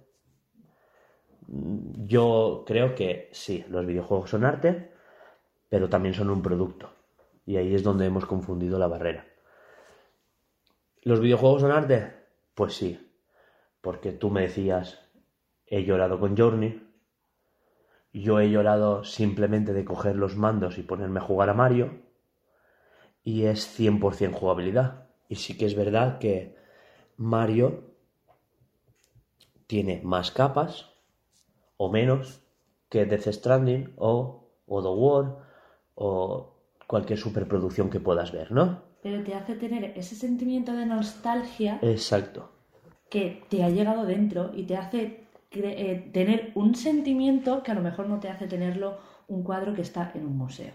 Yo creo que sí, los videojuegos son arte, pero también son un producto. Y ahí es donde hemos confundido la barrera. ¿Los videojuegos son arte? Pues sí. Porque tú me decías, he llorado con Journey. Yo he llorado simplemente de coger los mandos y ponerme a jugar a Mario. Y es cien por ciento jugabilidad. Y sí que es verdad que Mario tiene más capas o menos que Death Stranding o God of War o cualquier superproducción que puedas ver, ¿no? Pero te hace tener ese sentimiento de nostalgia. Exacto. Que te ha llegado dentro y te hace eh, tener un sentimiento que a lo mejor no te hace tenerlo un cuadro que está en un museo.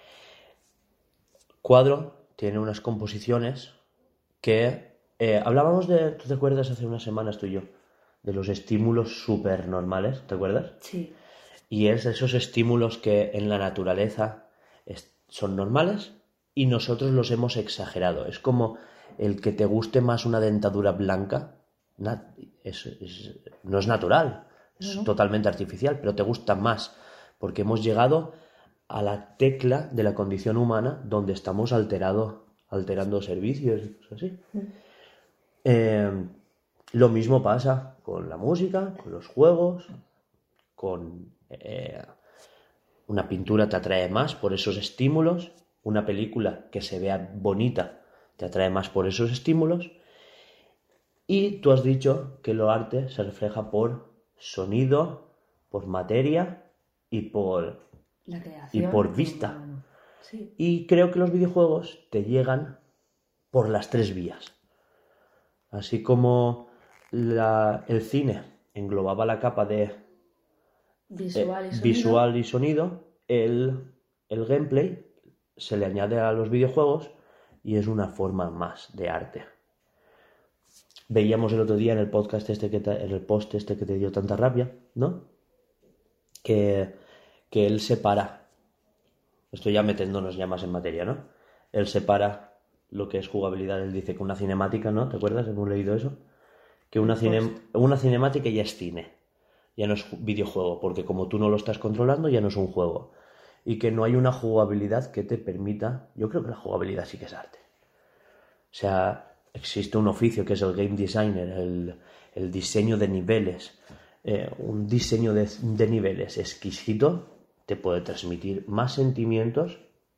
Cuadro tiene unas composiciones que... Eh, hablábamos de... ¿Tú te acuerdas hace unas semanas tú y yo? De los estímulos súper normales, ¿te acuerdas? Sí. Y es esos estímulos que en la naturaleza es, son normales y nosotros los hemos exagerado. Es como el que te guste más una dentadura blanca, nat, es, es, no es natural, es no. totalmente artificial, pero te gusta más porque hemos llegado a la tecla de la condición humana donde estamos alterado, alterando servicios, así. Mm. Eh, lo mismo pasa con la música, con los juegos, con... Eh, una pintura te atrae más por esos estímulos, una película que se vea bonita te atrae más por esos estímulos, y tú has dicho que lo arte se refleja por sonido, por materia y por, La creación. y por vista. Bueno, sí. Y creo que los videojuegos te llegan por las tres vías. Así como la, el cine englobaba la capa de Visual y eh, sonido. visual y sonido, el, el gameplay se le añade a los videojuegos y es una forma más de arte. Veíamos el otro día en el podcast este que te, en el post este que te dio tanta rabia, ¿no? Que, que él separa, esto ya metiéndonos ya más en materia, ¿no? Él separa lo que es jugabilidad. Él dice que una cinemática, ¿no? ¿Te acuerdas? Hemos leído eso. Que una, cine, una cinemática ya es cine, ya no es videojuego, porque como tú no lo estás controlando ya no es un juego. Y que no hay una jugabilidad que te permita... Yo creo que la jugabilidad sí que es arte. O sea, existe un oficio que es el game designer, el, el diseño de niveles. Eh, un diseño de, de niveles exquisito te puede transmitir más sentimientos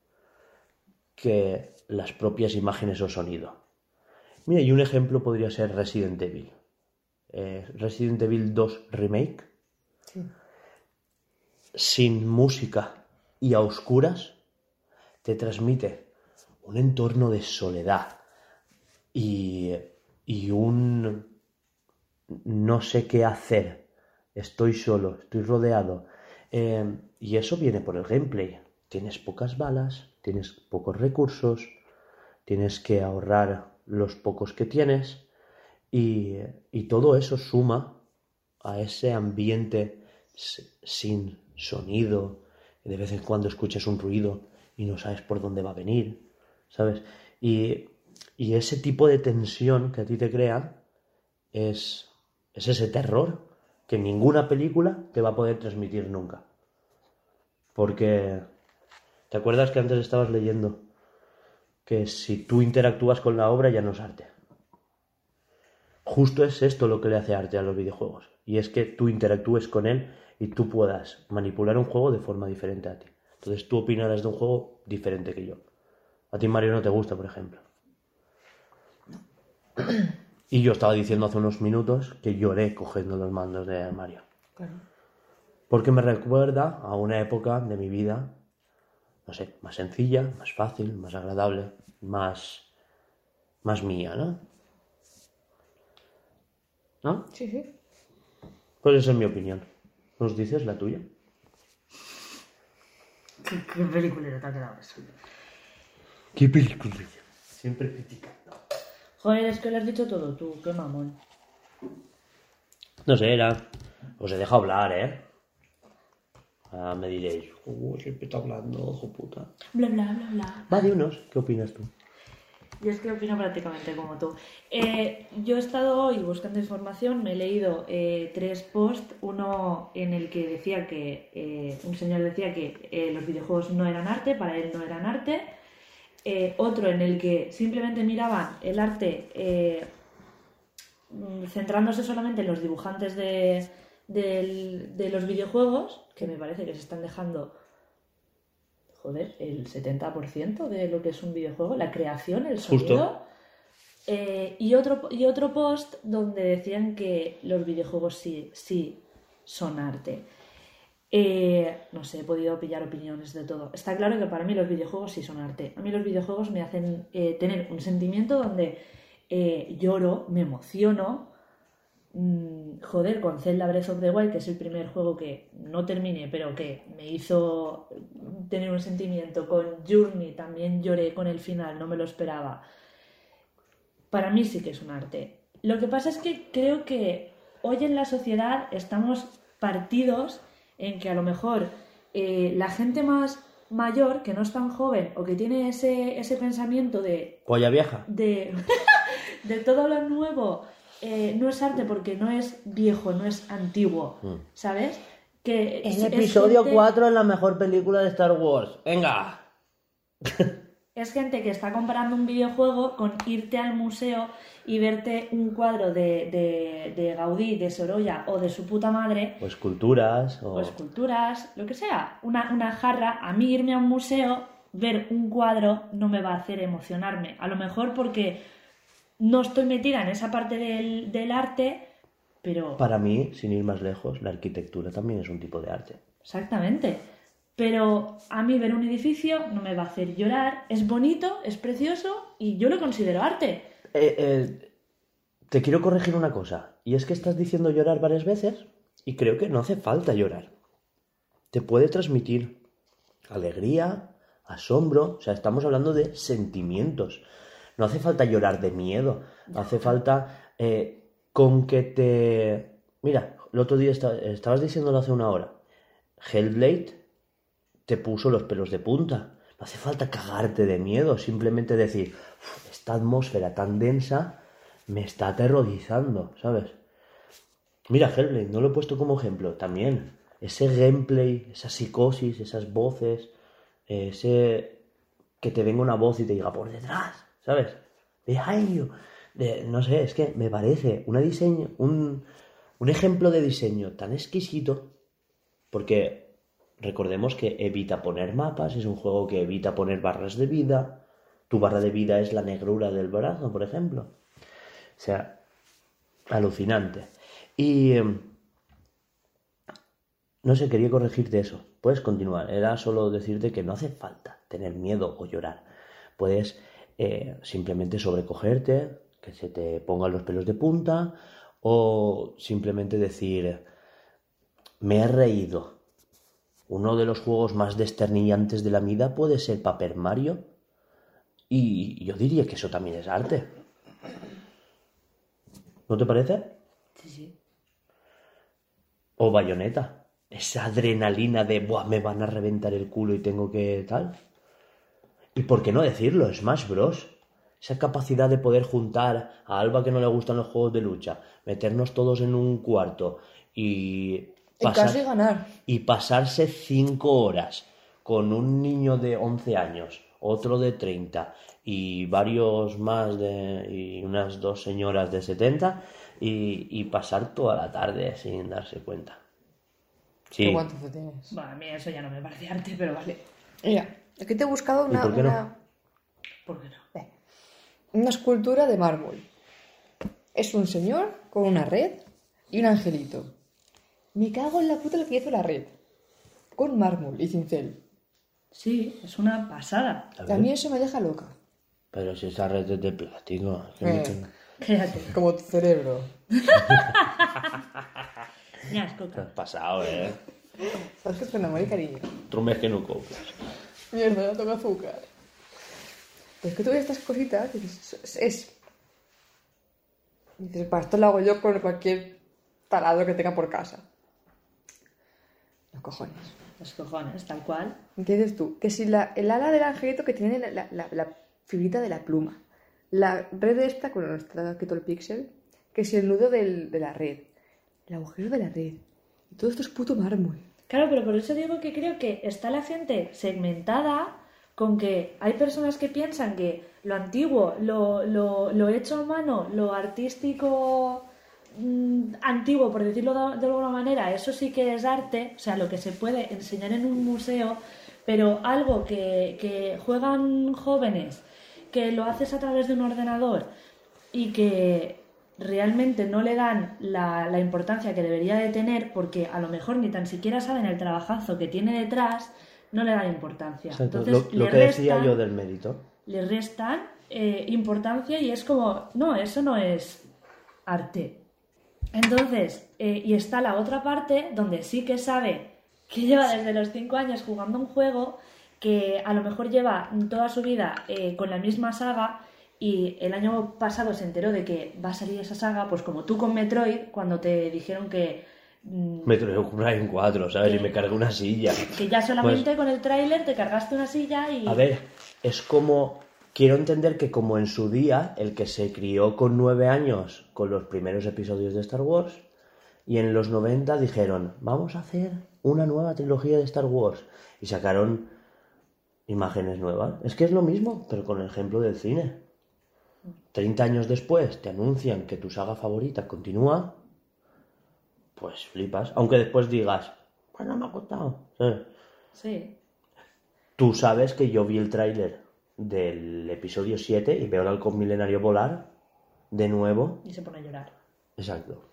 que las propias imágenes o sonido. Mira, y un ejemplo podría ser Resident Evil. Eh, Resident Evil dos Remake. Sí. Sin música y a oscuras, te transmite un entorno de soledad y, y un no sé qué hacer, estoy solo, estoy rodeado, eh, y eso viene por el gameplay. Tienes pocas balas, tienes pocos recursos, tienes que ahorrar los pocos que tienes, y, y todo eso suma a ese ambiente sin sonido. De vez en cuando escuchas un ruido y no sabes por dónde va a venir, ¿sabes? Y, y ese tipo de tensión que a ti te crea es, es ese terror que ninguna película te va a poder transmitir nunca. Porque, ¿te acuerdas que antes estabas leyendo que si tú interactúas con la obra ya no es arte? Justo es esto lo que le hace arte a los videojuegos. Y es que tú interactúes con él y tú puedas manipular un juego de forma diferente a ti. Entonces tú opinarás de un juego diferente que yo. A ti Mario no te gusta, por ejemplo. Y yo estaba diciendo hace unos minutos que lloré cogiendo los mandos de Mario. Claro. Porque me recuerda a una época de mi vida, no sé, más sencilla, más fácil, más agradable, más, más mía, ¿no? ¿No? Sí, sí. Pues esa es mi opinión. ¿Nos dices la tuya? ¿Qué, qué peliculero te ha quedado eso? ¿Qué película? Siempre criticando. Joder, es que lo has dicho todo tú, qué mamón. No sé, era... Os he dejado hablar, ¿eh? Ah, me diréis, uh, siempre está hablando, hijo puta. Bla, bla, bla, bla. Va, dinos, ¿qué opinas tú? Yo es que opino prácticamente como tú. Eh, yo he estado hoy buscando información, me he leído eh, tres posts, uno en el que decía que eh, un señor decía que eh, los videojuegos no eran arte, para él no eran arte, eh, otro en el que simplemente miraban el arte eh, centrándose solamente en los dibujantes de, de, de los videojuegos, que me parece que se están dejando... Joder, el setenta por ciento de lo que es un videojuego, la creación, el sonido. Justo. Eh, y, otro, y otro post donde decían que los videojuegos sí, sí son arte. Eh, no sé, he podido pillar opiniones de todo. Está claro que para mí los videojuegos sí son arte. A mí los videojuegos me hacen eh, tener un sentimiento donde eh, lloro, me emociono. Mm, joder, con Zelda Breath of the Wild, que es el primer juego que no terminé, pero que me hizo tener un sentimiento. Con Journey también lloré con el final, no me lo esperaba. Para mí sí que es un arte. Lo que pasa es que creo que hoy en la sociedad estamos partidos en que a lo mejor eh, la gente más mayor, que no es tan joven o que tiene ese, ese pensamiento de... Polla vieja. de, de todo lo nuevo... Eh, no es arte porque no es viejo, no es antiguo, Mm. ¿sabes? Que El es episodio gente- cuatro es la mejor película de Star Wars. ¡Venga! es gente que está comparando un videojuego con irte al museo y verte un cuadro de, de, de Gaudí, de Sorolla o de su puta madre. O esculturas. O, o esculturas, lo que sea. Una, una jarra. A mí irme a un museo, ver un cuadro, no me va a hacer emocionarme. A lo mejor porque no estoy metida en esa parte del, del arte, pero... Para mí, sin ir más lejos, la arquitectura también es un tipo de arte. Exactamente. Pero a mí ver un edificio no me va a hacer llorar. Es bonito, es precioso y yo lo considero arte. Eh, eh, te quiero corregir una cosa. Y es que estás diciendo llorar varias veces y creo que no hace falta llorar. Te puede transmitir alegría, asombro. O sea, estamos hablando de sentimientos. No hace falta llorar de miedo. No hace falta eh, con que te... Mira, el otro día está... estabas diciéndolo hace una hora. Hellblade te puso los pelos de punta. No hace falta cagarte de miedo, simplemente decir, esta atmósfera tan densa me está aterrorizando, ¿sabes? Mira, Hellblade, no lo he puesto como ejemplo, también. Ese gameplay, esa psicosis, esas voces, ese que te venga una voz y te diga por detrás, ¿sabes? Behind you. De, no sé, es que me parece una diseño, un, un ejemplo de diseño tan exquisito, porque... Recordemos que evita poner mapas, es un juego que evita poner barras de vida. Tu barra de vida es la negrura del brazo, por ejemplo. O sea, alucinante. Y... no sé, quería corregirte eso. Puedes continuar. Era solo decirte que no hace falta tener miedo o llorar. Puedes eh, simplemente sobrecogerte, que se te pongan los pelos de punta, o simplemente decir, me he reído. Uno de los juegos más desternillantes de la vida puede ser Paper Mario. Y yo diría que eso también es arte. ¿No te parece? Sí, sí. O Bayonetta. Esa adrenalina de, buah, me van a reventar el culo y tengo que tal. ¿Y por qué no decirlo? Smash Bros. Esa capacidad de poder juntar a Alba que no le gustan los juegos de lucha, meternos todos en un cuarto y... Pasar, y casi ganar. Y pasarse cinco horas con un niño de once años, otro de treinta y varios más de... y unas dos señoras de setenta y, y pasar toda la tarde sin darse cuenta. Sí. ¿Cuánto tienes? Bueno, a mí eso ya no me parece arte, pero vale. Mira, aquí te he buscado una... ¿Y por qué una... no? ¿Por qué no? Eh, una escultura de mármol. Es un señor con una red y un angelito. Me cago en la puta lo que hizo la red. Con mármol y cincel. Sí, es una pasada. A, a mí eso me deja loca. Pero si esa red es de plástico. Es que Eh, me tengo... Quédate. Como tu cerebro. Ya, es Te coca. has pasado, ¿eh? Sabes que es con amor y cariño. Trumes que no compras. Mierda, no tengo azúcar. Pues es que tú ves estas cositas y dices, es... es... Y dices, para esto lo hago yo con cualquier tarado que tenga por casa. Los cojones. Los cojones, tal cual. ¿Qué dices tú? Que si la, el ala del angelito que tiene la, la, la, la fibrita de la pluma, la red esta, bueno, no está escrito el píxel, que si el nudo del, de la red, el agujero de la red, y todo esto es puto mármol. Claro, pero por eso digo que creo que está la gente segmentada con que hay personas que piensan que lo antiguo, lo, lo, lo hecho a mano, lo artístico mmm, antiguo, por decirlo de, de alguna manera, eso sí que es arte, o sea, lo que se puede enseñar en un museo, pero algo que, que juegan jóvenes, que lo haces a través de un ordenador y que realmente no le dan la, la importancia que debería de tener porque a lo mejor ni tan siquiera saben el trabajazo que tiene detrás, no le dan importancia. Exacto. Entonces, Lo, lo le que decía restan, yo del mérito. le restan eh, importancia y es como, no, eso no es arte. Entonces, eh, y está la otra parte donde sí que sabe que lleva desde los cinco años jugando un juego, que a lo mejor lleva toda su vida eh, con la misma saga y el año pasado se enteró de que va a salir esa saga, pues como tú con Metroid, cuando te dijeron que... Mmm, Metroid Prime cuatro, ¿sabes? que, y me cargué una silla. Que ya solamente pues, con el tráiler te cargaste una silla y... A ver, es como... Quiero entender que como en su día, el que se crió con nueve años con los primeros episodios de Star Wars, y en los noventa dijeron, vamos a hacer una nueva trilogía de Star Wars. Y sacaron imágenes nuevas. Es que es lo mismo, pero con el ejemplo del cine. treinta años después te anuncian que tu saga favorita continúa, pues flipas. Aunque después digas, bueno, me ha gustado. ¿Sabes? Sí. Tú sabes que yo vi el tráiler del episodio siete y veo al halcón milenario volar de nuevo. Y se pone a llorar. Exacto.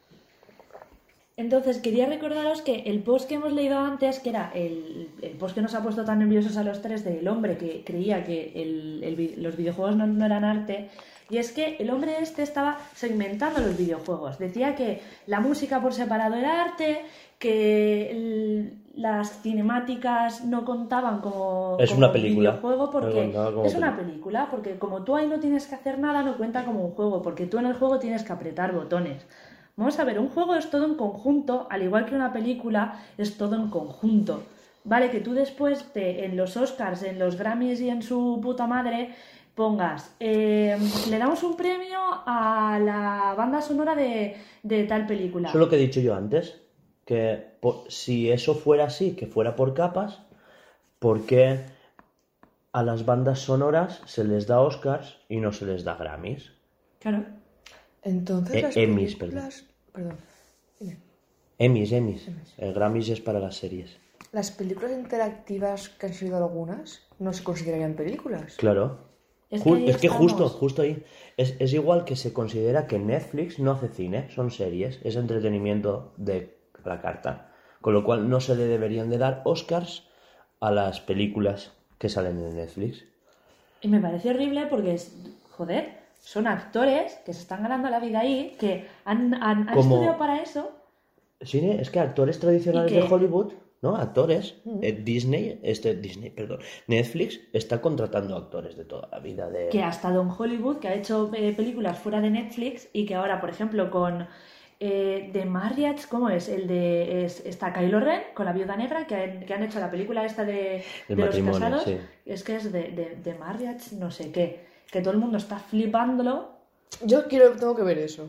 Entonces, quería recordaros que el post que hemos leído antes, que era el, el post que nos ha puesto tan nerviosos a los tres del hombre que creía que el, el, los videojuegos no, no eran arte, y es que el hombre este estaba segmentando los videojuegos. Decía que la música por separado era arte, que el, las cinemáticas no contaban como, es como una un película. videojuego porque No es una película, porque como tú ahí no tienes que hacer nada, no cuenta como un juego, porque tú en el juego tienes que apretar botones. Vamos a ver, un juego es todo en conjunto, al igual que una película es todo en conjunto. Vale, que tú después te, en los Oscars, en los Grammys y en su puta madre pongas, eh, le damos un premio a la banda sonora de, de tal película. Eso es lo que he dicho yo antes, que por, si eso fuera así, que fuera por capas, ¿por qué a las bandas sonoras se les da Oscars y no se les da Grammys? Claro. Entonces Eh, las Emmys, películas... Perdón. Dime. Emmys, Emmys. Emmys. El Grammys es para las series. Las películas interactivas que han sido algunas no se considerarían películas. Claro. Es Ju- que, ahí es que estamos. justo, justo ahí. Es, es igual que se considera que Netflix no hace cine, son series, es entretenimiento de la carta. Con lo cual no se le deberían de dar Oscars a las películas que salen en Netflix. Y me parece horrible porque, es, joder, son actores que se están ganando la vida ahí, que han, han, han Como- estudiado para eso. Cine, es que actores tradicionales ¿Y qué? de Hollywood, ¿no? Actores. eh, Disney, este Disney, perdón. Netflix está contratando actores de toda la vida de. Que ha estado en Hollywood, que ha hecho eh, películas fuera de Netflix y que ahora, por ejemplo, con eh, The Marriage, ¿cómo es? El de es, está Kylo Ren con la Viuda Negra, que han, que han hecho la película esta de, El de los matrimonio, casados. sí. Es que es de, de, de Marriage, no sé qué. Que todo el mundo está flipándolo. Yo quiero, tengo que ver eso.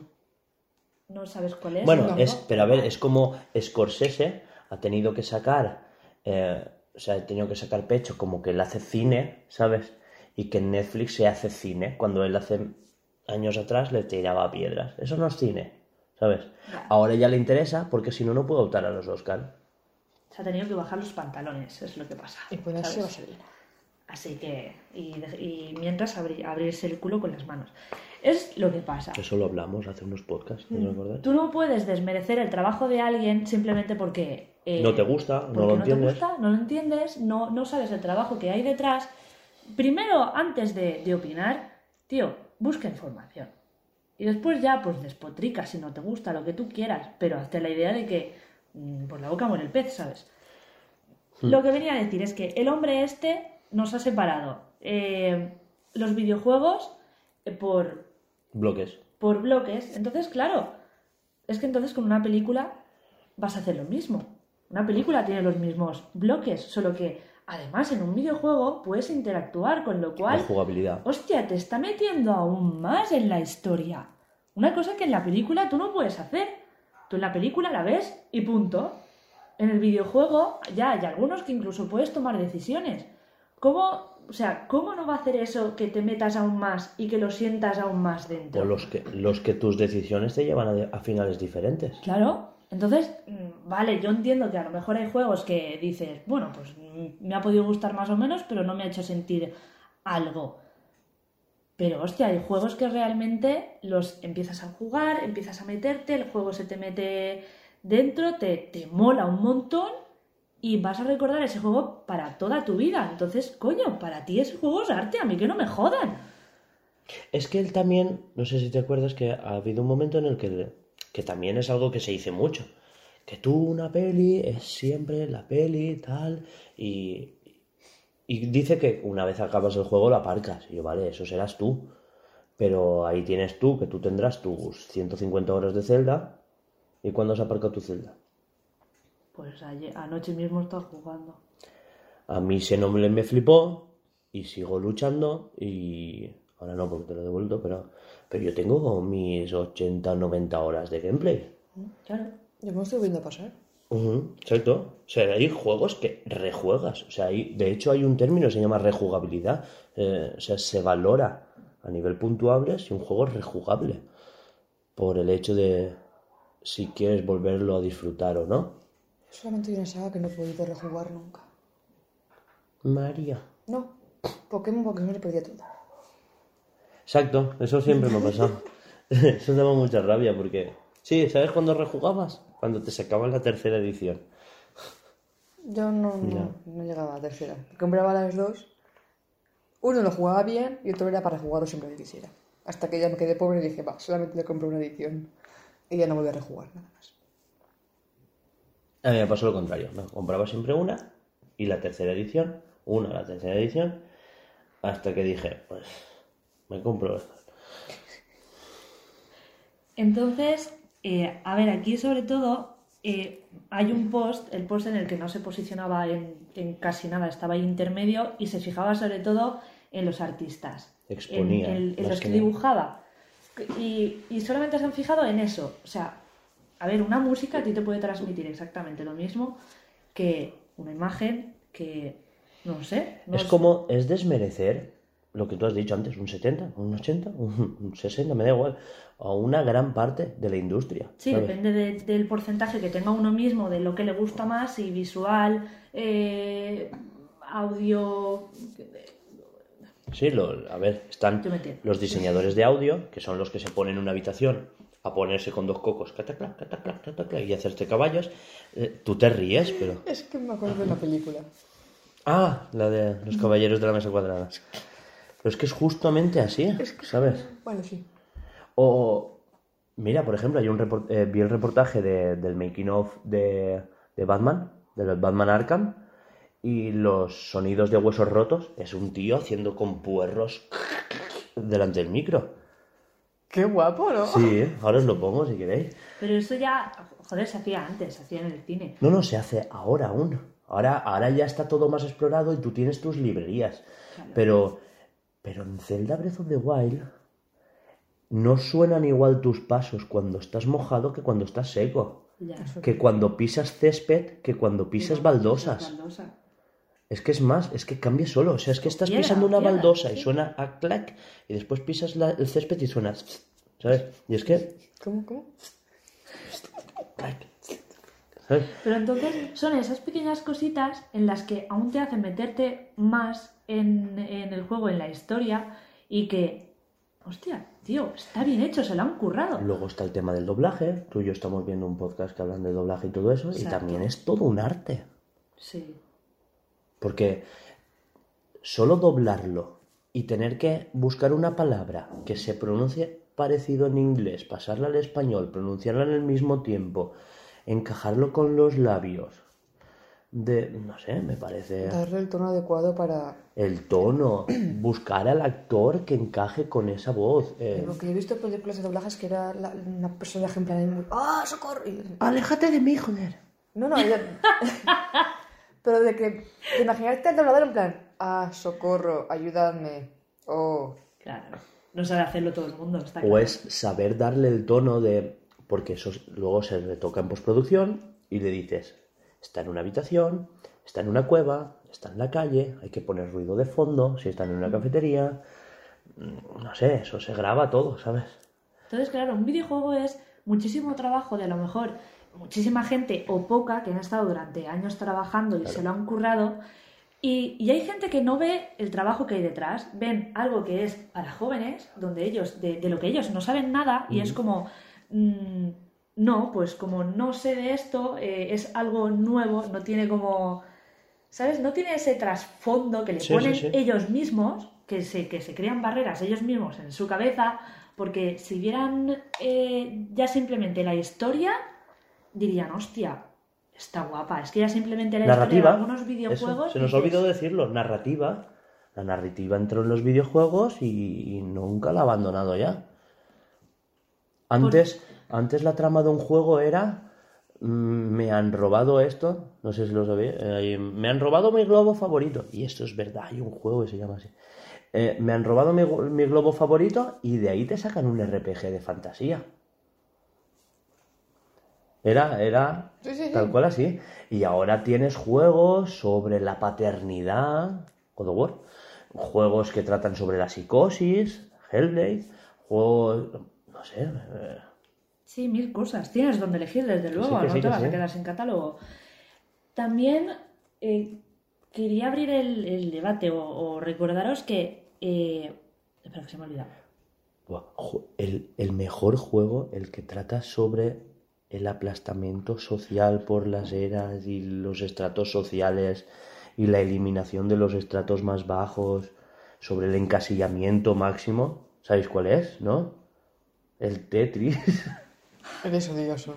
No sabes cuál es. Bueno, No, es, no. pero a ver, es como Scorsese ha tenido que sacar, eh, o sea, ha tenido que sacar pecho como que él hace cine, ¿sabes? Y que en Netflix se hace cine, cuando él hace años atrás le tiraba piedras. Eso no es cine, ¿sabes? Ya. Ahora ya le interesa porque si no, no puede optar a los Oscars. Se ha tenido que bajar los pantalones, es lo que pasa. Y ponerse ¿sabes? vaselina. Así que, y, de- y mientras abri- abrirse el culo con las manos. Es lo que pasa. Eso lo hablamos hace unos podcasts, ¿no te acuerdas? Tú no puedes desmerecer el trabajo de alguien simplemente porque... eh, No te gusta, no porque lo entiendes. te gusta, no lo entiendes, no, no sabes el trabajo que hay detrás. Primero, antes de, de opinar, tío, busca información. Y después ya, pues despotrica si no te gusta, lo que tú quieras. Pero hazte la idea de que mm, por la boca muere el pez, ¿sabes? Lo que venía a decir es que el hombre este nos ha separado eh, los videojuegos eh, por, Bloques. por bloques. Entonces, claro, es que entonces con una película vas a hacer lo mismo. Una película tiene los mismos bloques, solo que además en un videojuego puedes interactuar, con lo La cual, jugabilidad. hostia, te está metiendo aún más en la historia. Una cosa que en la película tú no puedes hacer. Tú en la película la ves y punto. En el videojuego ya hay algunos que incluso puedes tomar decisiones. ¿Cómo, o sea, ¿cómo no va a hacer eso que te metas aún más y que lo sientas aún más dentro? O los que, los que tus decisiones te llevan a, a finales diferentes. Claro. Entonces, mm, vale, yo entiendo que a lo mejor hay juegos que dices, bueno, pues mm, me ha podido gustar más o menos, pero no me ha hecho sentir algo. Pero, hostia, hay juegos que realmente los empiezas a jugar, empiezas a meterte, el juego se te mete dentro, te, te mola un montón y vas a recordar ese juego para toda tu vida. Entonces, coño, para ti ese juego es arte, a mí que no me jodan. Es que él también, no sé si te acuerdas que ha habido un momento en el que, que también es algo que se dice mucho, que tú una peli es siempre la peli tal, y, y dice que una vez acabas el juego lo aparcas, y yo, vale, eso serás tú, pero ahí tienes tú, que tú tendrás tus ciento cincuenta horas de Zelda, ¿y cuándo has aparcado tu Zelda? Pues ayer, anoche mismo estaba jugando. A mí Xenoblade me flipó, y sigo luchando, y... Ahora no, porque te lo he devuelto, pero, pero yo tengo mis ochenta, noventa horas de gameplay. Claro. Yo me lo estoy viendo pasar. Ujú, exacto. O sea, hay juegos que rejuegas. O sea, hay, de hecho hay un término que se llama rejugabilidad. Eh, o sea, se valora a nivel puntuable si un juego es rejugable. Por el hecho de si quieres volverlo a disfrutar o no. Solamente hay una saga que no he podido rejugar nunca. María. No, Pokémon porque me lo perdía todo. Exacto, eso siempre me ha pasado. Eso daba mucha rabia porque... Sí, ¿sabes cuándo rejugabas? Cuando te sacaban la tercera edición. Yo no, no, Ya. no llegaba a la tercera. Compraba las dos. Uno lo jugaba bien y otro era para jugarlo siempre que quisiera. Hasta que ya me quedé pobre y dije, va, solamente le compro una edición. Y ya no voy a rejugar nada más. A mí me pasó lo contrario. Me compraba siempre una y la tercera edición, una, la tercera edición, hasta que dije, pues, me compro esta. Entonces, eh, a ver, aquí sobre todo eh, hay un post, el post en el que no se posicionaba en, en casi nada, estaba ahí intermedio y se fijaba sobre todo en los artistas, Exponía, en, en- en más los que que nada. dibujaba. Y, y solamente se han fijado en eso. O sea, a ver, una música a ti te puede transmitir exactamente lo mismo que una imagen, que no sé. No Es como, es desmerecer lo que tú has dicho antes, un setenta, un ochenta, un un sesenta, me da igual, a una gran parte de la industria. Sí, ¿sabes? depende de- del porcentaje que tenga uno mismo, de lo que le gusta más, y visual, eh, audio. Sí, lo- a ver, están Yo me entiendo. los diseñadores de audio, que son los que se ponen en una habitación a ponerse con dos cocos cataclac, cataclac, cataclac, y hacerte caballos. Eh, tú te ríes, pero... Es que me acuerdo de una película. Ah, la de los caballeros de la mesa cuadrada. Pero es que es justamente así, ¿sabes? Bueno, sí. O, mira, por ejemplo, hay un report- eh, vi el reportaje de- del making of de, de Batman, del Batman Arkham, y los sonidos de huesos rotos es un tío haciendo con puerros delante del micro. Qué guapo, ¿no? Sí, ahora os lo pongo si queréis. Pero eso ya, joder, se hacía antes, se hacía en el cine. No, no, se hace ahora aún. Ahora, ahora ya está todo más explorado y tú tienes tus librerías. Pero, pero en Zelda Breath of the Wild no suenan igual tus pasos cuando estás mojado que cuando estás seco. Ya. Que cuando pisas césped, que cuando pisas baldosas. Baldosa. Es que es más, es que cambia solo. O sea, es que estás Piedra, pisando una piedra, baldosa y sí. suena a clac, y después pisas la- el césped y suena... ¿Sabes? Y es que... ¿Cómo, cómo? clac, ¿sabes? Pero entonces son esas pequeñas cositas en las que aún te hacen meterte más en, en el juego, en la historia, y que, hostia, tío, está bien hecho, se lo han currado. Luego está el tema del doblaje. Tú y yo estamos viendo un podcast que hablan de doblaje y todo eso. Y Exacto. también es todo un arte. Sí. Porque solo doblarlo y tener que buscar una palabra que se pronuncie parecido en inglés, pasarla al español, pronunciarla en el mismo tiempo, encajarlo con los labios, de, no sé, me parece Darle el tono adecuado para... el tono, buscar al actor que encaje con esa voz. eh, Lo que he visto en películas de doblajes que era la- una personaje en plan muy... ¡Ah, socorro! Y- Aléjate de mí, joder. No, no, ya... Pero de que... De imaginarte al doblador en plan... ¡Ah, socorro! ¡Ayudadme! ¡Oh! Claro, no sabe hacerlo todo el mundo, está O claro. es saber darle el tono de... Porque eso luego se retoca en postproducción y le dices, está en una habitación, está en una cueva, está en la calle, hay que poner ruido de fondo, si está en una cafetería, no sé, eso se graba todo, ¿sabes? Entonces, claro, un videojuego es muchísimo trabajo de a lo mejor muchísima gente o poca que han estado durante años trabajando y se lo han currado. Y, y hay gente que no ve el trabajo que hay detrás, ven algo que es para jóvenes, donde ellos, de, de lo que ellos no saben nada, y es como, mm, no, pues como no sé de esto, eh, es algo nuevo, no tiene como, ¿sabes? No tiene ese trasfondo que le Sí, ponen sí, sí. ellos mismos, que se, que se crean barreras ellos mismos en su cabeza, porque si vieran eh, ya simplemente la historia, dirían, hostia, está guapa. Es que ya simplemente la historia Narrativa. de algunos videojuegos... Eso, se nos dices, olvidó decirlo, narrativa. La narrativa entró en los videojuegos y, y nunca la ha abandonado ya. Antes, antes la trama de un juego era... mm, Me han robado esto, no sé si lo sabéis, eh, me han robado mi globo favorito. Y esto es verdad, hay un juego que se llama así. Eh, me han robado mi, mi globo favorito y de ahí te sacan un R P G de fantasía. Era, era Sí, sí, sí. tal cual así. Y ahora tienes juegos sobre la paternidad, God of War, juegos que tratan sobre la psicosis, Hellblade, juegos, no sé. eh, Sí, mil cosas. Tienes donde elegir, desde luego, que no sí, te que vas a sí. quedar sin catálogo. También eh, quería abrir el, el debate o, o recordaros que... Eh... Espera, que se me ha olvidado. Buah, jo- el, el mejor juego, el que trata sobre el aplastamiento social por las eras y los estratos sociales y la eliminación de los estratos más bajos, sobre el encasillamiento máximo. ¿Sabéis cuál es, no? El Tetris. Eres odioso.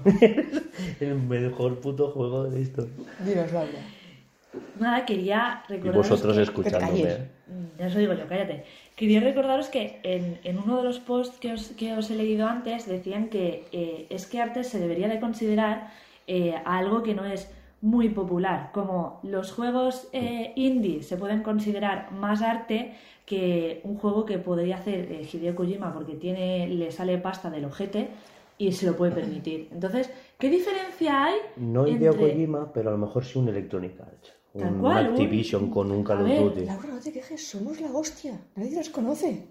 El mejor puto juego de la historia. Dinos, Laura. Nada, quería Y recordaros vosotros que... escuchándome. calles. ¿eh? Mm, Ya os digo yo, cállate. Quería recordaros que en, en uno de los posts que os, que os he leído antes decían que eh, es que arte se debería de considerar eh, algo que no es muy popular, como los juegos eh, indie se pueden considerar más arte que un juego que podría hacer eh, Hideo Kojima porque tiene, le sale pasta del ojete y se lo puede permitir. Entonces, ¿qué diferencia hay No Hideo entre... Kojima, pero a lo mejor sí un Electronic Arts. Tal Un cual, un- Activision con un Call a of ver, Duty. Laura, no te quejes, somos la hostia. Nadie las conoce.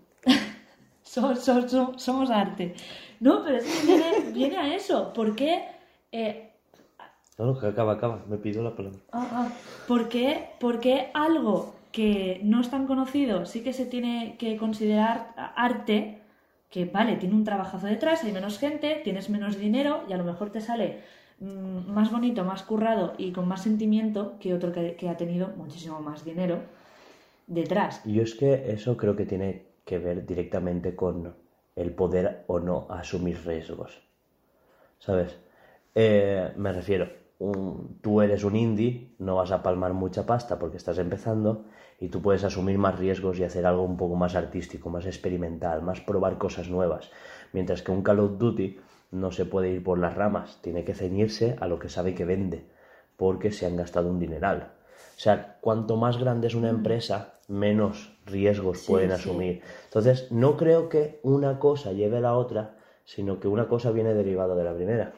Somos, somos, somos- somos arte. No, pero es que viene, viene a eso. ¿Por qué, eh, No, no, que acaba, acaba. Me pido la palabra. ah, ah, ¿por qué, por qué algo que no es tan conocido sí que se tiene que considerar arte? Que vale, tiene un trabajazo detrás, hay menos gente, tienes menos dinero y a lo mejor te sale mm, más bonito, más currado y con más sentimiento que otro que, que ha tenido muchísimo más dinero detrás. Y yo es que eso creo que tiene que ver directamente con el poder o no asumir riesgos. ¿Sabes? Eh, me refiero, un- tú eres un indie, no vas a palmar mucha pasta porque estás empezando y tú puedes asumir más riesgos y hacer algo un poco más artístico, más experimental, más probar cosas nuevas. Mientras que un Call of Duty no se puede ir por las ramas, tiene que ceñirse a lo que sabe que vende, porque se han gastado un dineral. O sea, cuanto más grande es una empresa, menos riesgos Sí, pueden sí. asumir. Entonces, no creo que una cosa lleve a la otra, sino que una cosa viene derivada de la primera.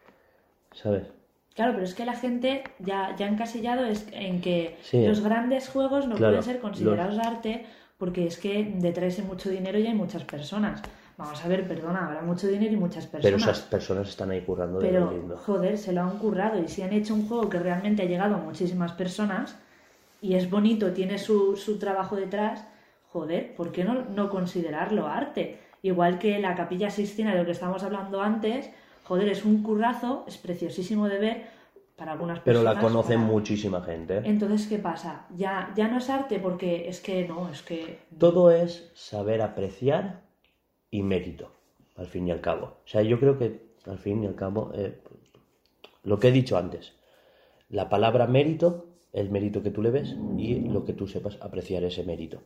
¿Sabes? Claro, pero es que la gente ya, ya ha encasillado es en que Sí. los grandes juegos no Claro, pueden ser considerados arte porque es que detrás hay mucho dinero y hay muchas personas. Vamos a ver, perdona, habrá mucho dinero y muchas personas. Pero esas personas están ahí currando de lo Pero, lindo. joder, se lo han currado y si han hecho un juego que realmente ha llegado a muchísimas personas y es bonito, tiene su, su trabajo detrás, joder, ¿por qué no, no considerarlo arte? Igual que la Capilla Sixtina de lo que estábamos hablando antes, joder, es un currazo, es preciosísimo de ver para algunas Pero personas. la conoce para- muchísima gente. Entonces, ¿qué pasa? Ya, ya no es arte porque es que no, es que... Todo es saber apreciar y mérito, al fin y al cabo. O sea, yo creo que, al fin y al cabo, eh, lo que he dicho antes, la palabra mérito, el mérito que tú le ves y lo que tú sepas apreciar ese mérito.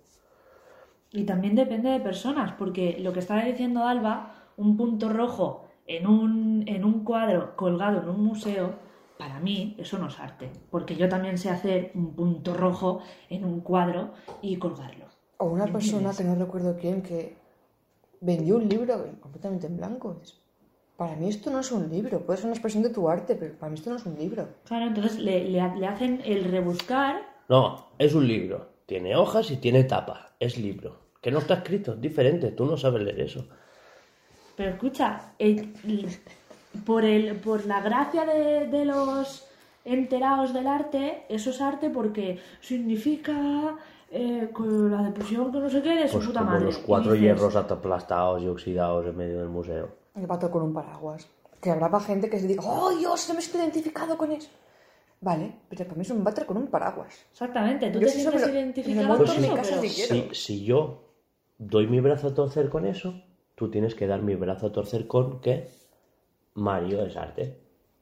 Y también depende de personas, porque lo que estaba diciendo Alba, un punto rojo en un, en un cuadro colgado en un museo, para mí eso no es arte, porque yo también sé hacer un punto rojo en un cuadro y colgarlo. O una ¿Me persona entiendes? que no recuerdo quién que vendió un libro completamente en blanco. Es- Para mí esto no es un libro. Puede ser una expresión de tu arte, pero para mí esto no es un libro. Claro, entonces le, le, le hacen el rebuscar. No, es un libro. Tiene hojas y tiene tapa. Es libro. Que no está escrito, es diferente. Tú no sabes leer eso. Pero escucha, el- por, el, por la gracia de, de los enterados del arte, eso es arte porque significa eh, con la depresión que no sé qué de su Pues puta como madre. los Y cuatro dices, hierros aplastados y oxidados en medio del museo. El vato con un paraguas. Que habrá pa' gente que se diga, ¡oh, Dios, no me estoy identificado con eso! Vale, pero para mí es un váter con un paraguas. Exactamente, tú Yo te sí eso sientes me lo- identificado me con monto en mi eso, casa pero... si quiero. Si, si yo doy mi brazo a torcer con eso, tú tienes que dar mi brazo a torcer con que Mario es arte.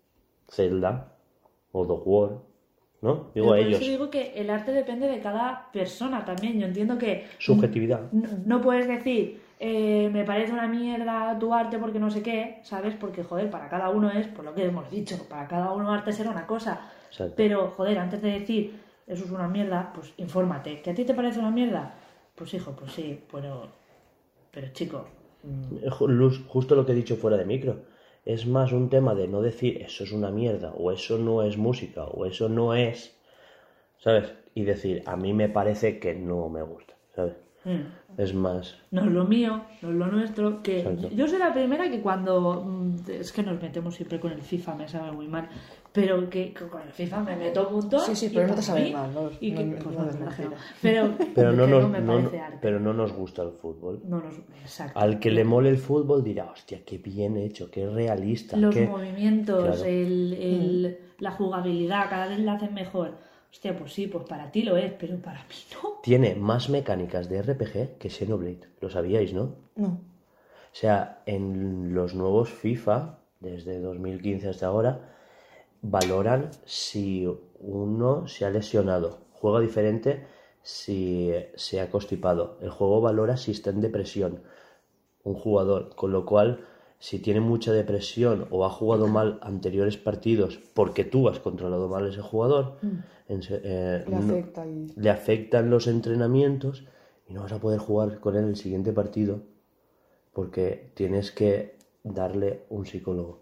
Zelda o God of War, ¿no? Digo Pero a por ellos. eso digo que el arte depende de cada persona también. Yo entiendo que Subjetividad. no, no puedes decir, eh, me parece una mierda tu arte porque no sé qué, ¿sabes? Porque, joder, para cada uno es, por lo que hemos dicho, para cada uno arte será una cosa. Exacto. Pero, joder, antes de decir, eso es una mierda, pues infórmate. ¿Que a ti te parece una mierda? Pues hijo, pues sí, pero, pero chico, mm, Eh, ju- Luz, justo lo que he dicho fuera de micro. es más un tema de no decir eso es una mierda, o eso no es música, o eso no es, ¿sabes? Y decir, a mí me parece que no me gusta, ¿sabes? Mm. Es más... No es lo mío, no es lo nuestro, que Exacto. Yo soy la primera que cuando... Es que nos metemos siempre con el FIFA, me sabe muy mal, pero que con el FIFA me meto un montón. Sí, sí, pero no te sabe mal, ¿no? Y que, no, pues no, no, no, no, no, no. Pero, pero, no que nos, no me no, parece arte. pero no nos gusta el fútbol. No nos... Exacto. Al que le mole el fútbol dirá, hostia, qué bien hecho, qué realista. Los qué... movimientos, claro. el, el, la jugabilidad, cada vez la hacen mejor. Hostia, pues sí, pues para ti lo es, pero para mí no. Tiene más mecánicas de R P G que Xenoblade, lo sabíais, ¿no? No. O sea, en los nuevos FIFA, desde dos mil quince hasta ahora, valoran si uno se ha lesionado. Juega diferente si se ha constipado. El juego valora si está en depresión un jugador, con lo cual, si tiene mucha depresión o ha jugado mal anteriores partidos porque tú has controlado mal a ese jugador, mm. en, eh, le, afecta y... le afectan los entrenamientos y no vas a poder jugar con él el siguiente partido porque tienes que darle un psicólogo.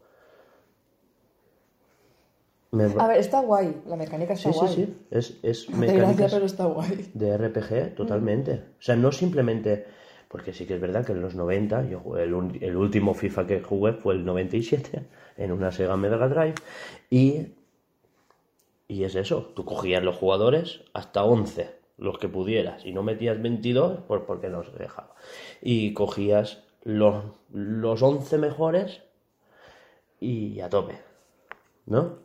Me... A ver, está guay, la mecánica está sí, guay. Sí, sí, es, es mecánica pero está guay. De R P G, totalmente. Mm. O sea, no simplemente... Porque sí que es verdad que en los noventa, yo jugué el, un, el último FIFA que jugué fue el noventa y siete, en una Sega Mega Drive, y, y es eso, tú cogías los jugadores hasta once, los que pudieras, y no metías veintidós pues porque no se dejaba. Y cogías los, los once mejores y a tope, ¿no?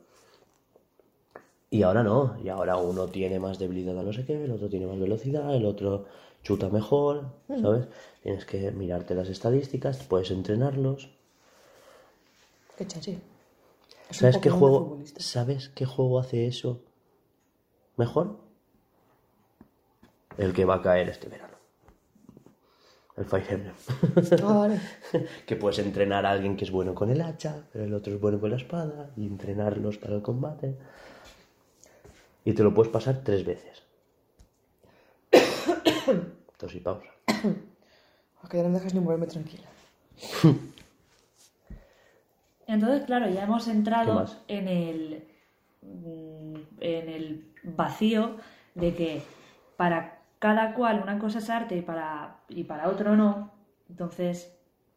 Y ahora no, y ahora uno tiene más debilidad a no sé qué, el otro tiene más velocidad, el otro chuta mejor, ¿sabes? Mm. Tienes que mirarte las estadísticas, puedes entrenarlos. Qué chachi. ¿Sabes qué juego? ¿Sabes qué juego hace eso mejor? El que va a caer este verano. El Fire Emblem. Ah, vale. Que puedes entrenar a alguien que es bueno con el hacha, pero el otro es bueno con la espada, y entrenarlos para el combate. Y te lo puedes pasar tres veces. Tos y pausa. Que ya no me dejas ni moverme tranquila. Entonces, claro, ya hemos entrado en el en el vacío de que para cada cual una cosa es arte y para, y para otro no. Entonces,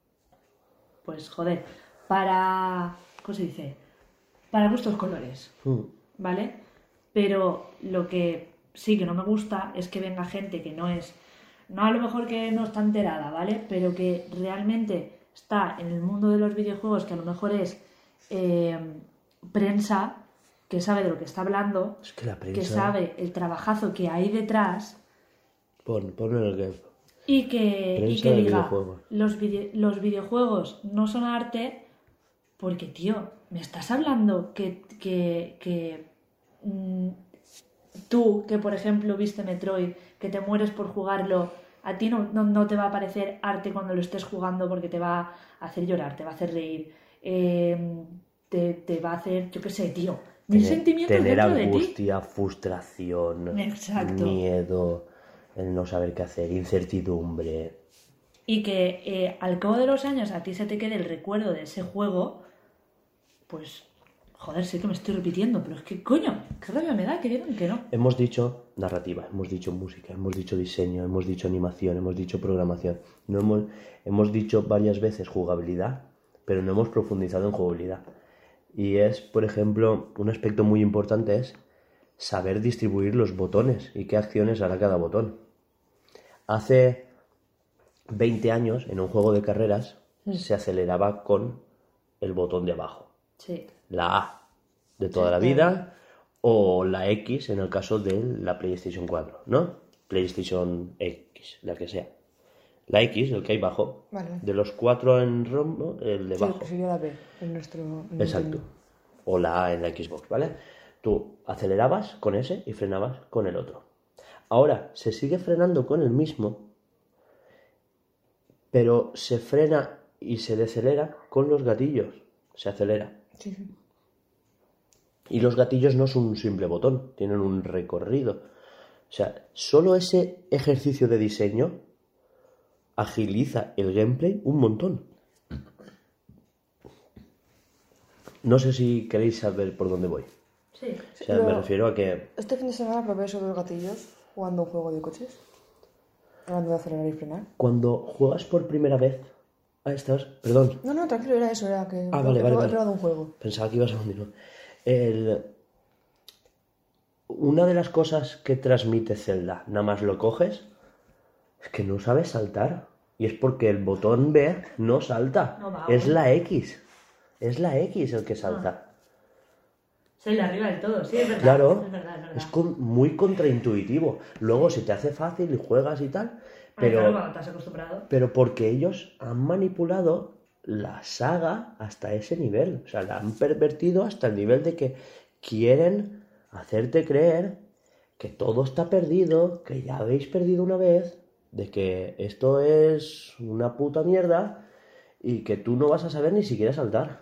pues joder, para... ¿cómo se dice? Para gustos colores, ¿vale? Pero lo que sí que no me gusta es que venga gente que no es... No a lo mejor que no está enterada, ¿vale? Pero que realmente está en el mundo de los videojuegos, que a lo mejor es eh, prensa, que sabe de lo que está hablando, es que, la prensa... que sabe el trabajazo que hay detrás. Pon, ponme el que... Y que, y que diga, los, video, los videojuegos no son arte porque, tío, me estás hablando que... que, que mmm, tú, que por ejemplo viste Metroid, que te mueres por jugarlo, a ti no, no, no te va a parecer arte cuando lo estés jugando porque te va a hacer llorar, te va a hacer reír, eh, te, te va a hacer, yo qué sé, tío, mil sentimientos tener dentro de ti. angustia, frustración, exacto, miedo, el no saber qué hacer, incertidumbre. Y que eh, al cabo de los años a ti se te quede el recuerdo de ese juego, pues... Joder, sé que me estoy repitiendo, pero es que, coño, qué rabia me da que digan que no. Hemos dicho narrativa, hemos dicho música, hemos dicho diseño, hemos dicho animación, hemos dicho programación. No hemos, hemos dicho varias veces jugabilidad, pero no hemos profundizado en jugabilidad. Y es, por ejemplo, un aspecto muy importante es saber distribuir los botones y qué acciones hará cada botón. Hace veinte años, en un juego de carreras, mm. se aceleraba con el botón de abajo. Sí. La A de toda sí, la vida o la X en el caso de la PlayStation cuatro, ¿no? PlayStation X, la que sea. La X, el que hay abajo. Vale. De los cuatro en rombo, el de abajo. Sí, sería la B en nuestro... En exacto. O la A en la Xbox, ¿vale? Tú acelerabas con ese y frenabas con el otro. Ahora, se sigue frenando con el mismo, pero se frena y se decelera con los gatillos. Se acelera. Sí, sí. Y los gatillos no son un simple botón, tienen un recorrido. O sea, solo ese ejercicio de diseño agiliza el gameplay un montón. no sé si queréis saber por dónde voy. Sí. O sea, Pero- me refiero a que Este fin de semana probé sobre los gatillos jugando un juego de coches. Hablando de acelerar y frenar. cuando juegas por primera vez... Ah, estás... Perdón, No, no, tranquilo, era eso, era que Ah, he vale, vale, probado- vale. he probado un juego. pensaba que ibas a continuar. El... Una de las cosas que transmite Zelda, nada más lo coges, es que no sabes saltar. Y es porque el botón B no salta. No va, es bueno. la X. Es la X el que salta. Soy la arriba del todo, sí, es verdad. Claro, Es verdad, es verdad. es con- muy contraintuitivo. Luego se te hace fácil y juegas y tal, Ay, pero, claro, cuando te has acostumbrado. pero porque ellos han manipulado la saga hasta ese nivel. O sea, la han pervertido hasta el nivel de que quieren hacerte creer que todo está perdido, que ya habéis perdido una vez, de que esto es una puta mierda y que tú no vas a saber ni siquiera saltar.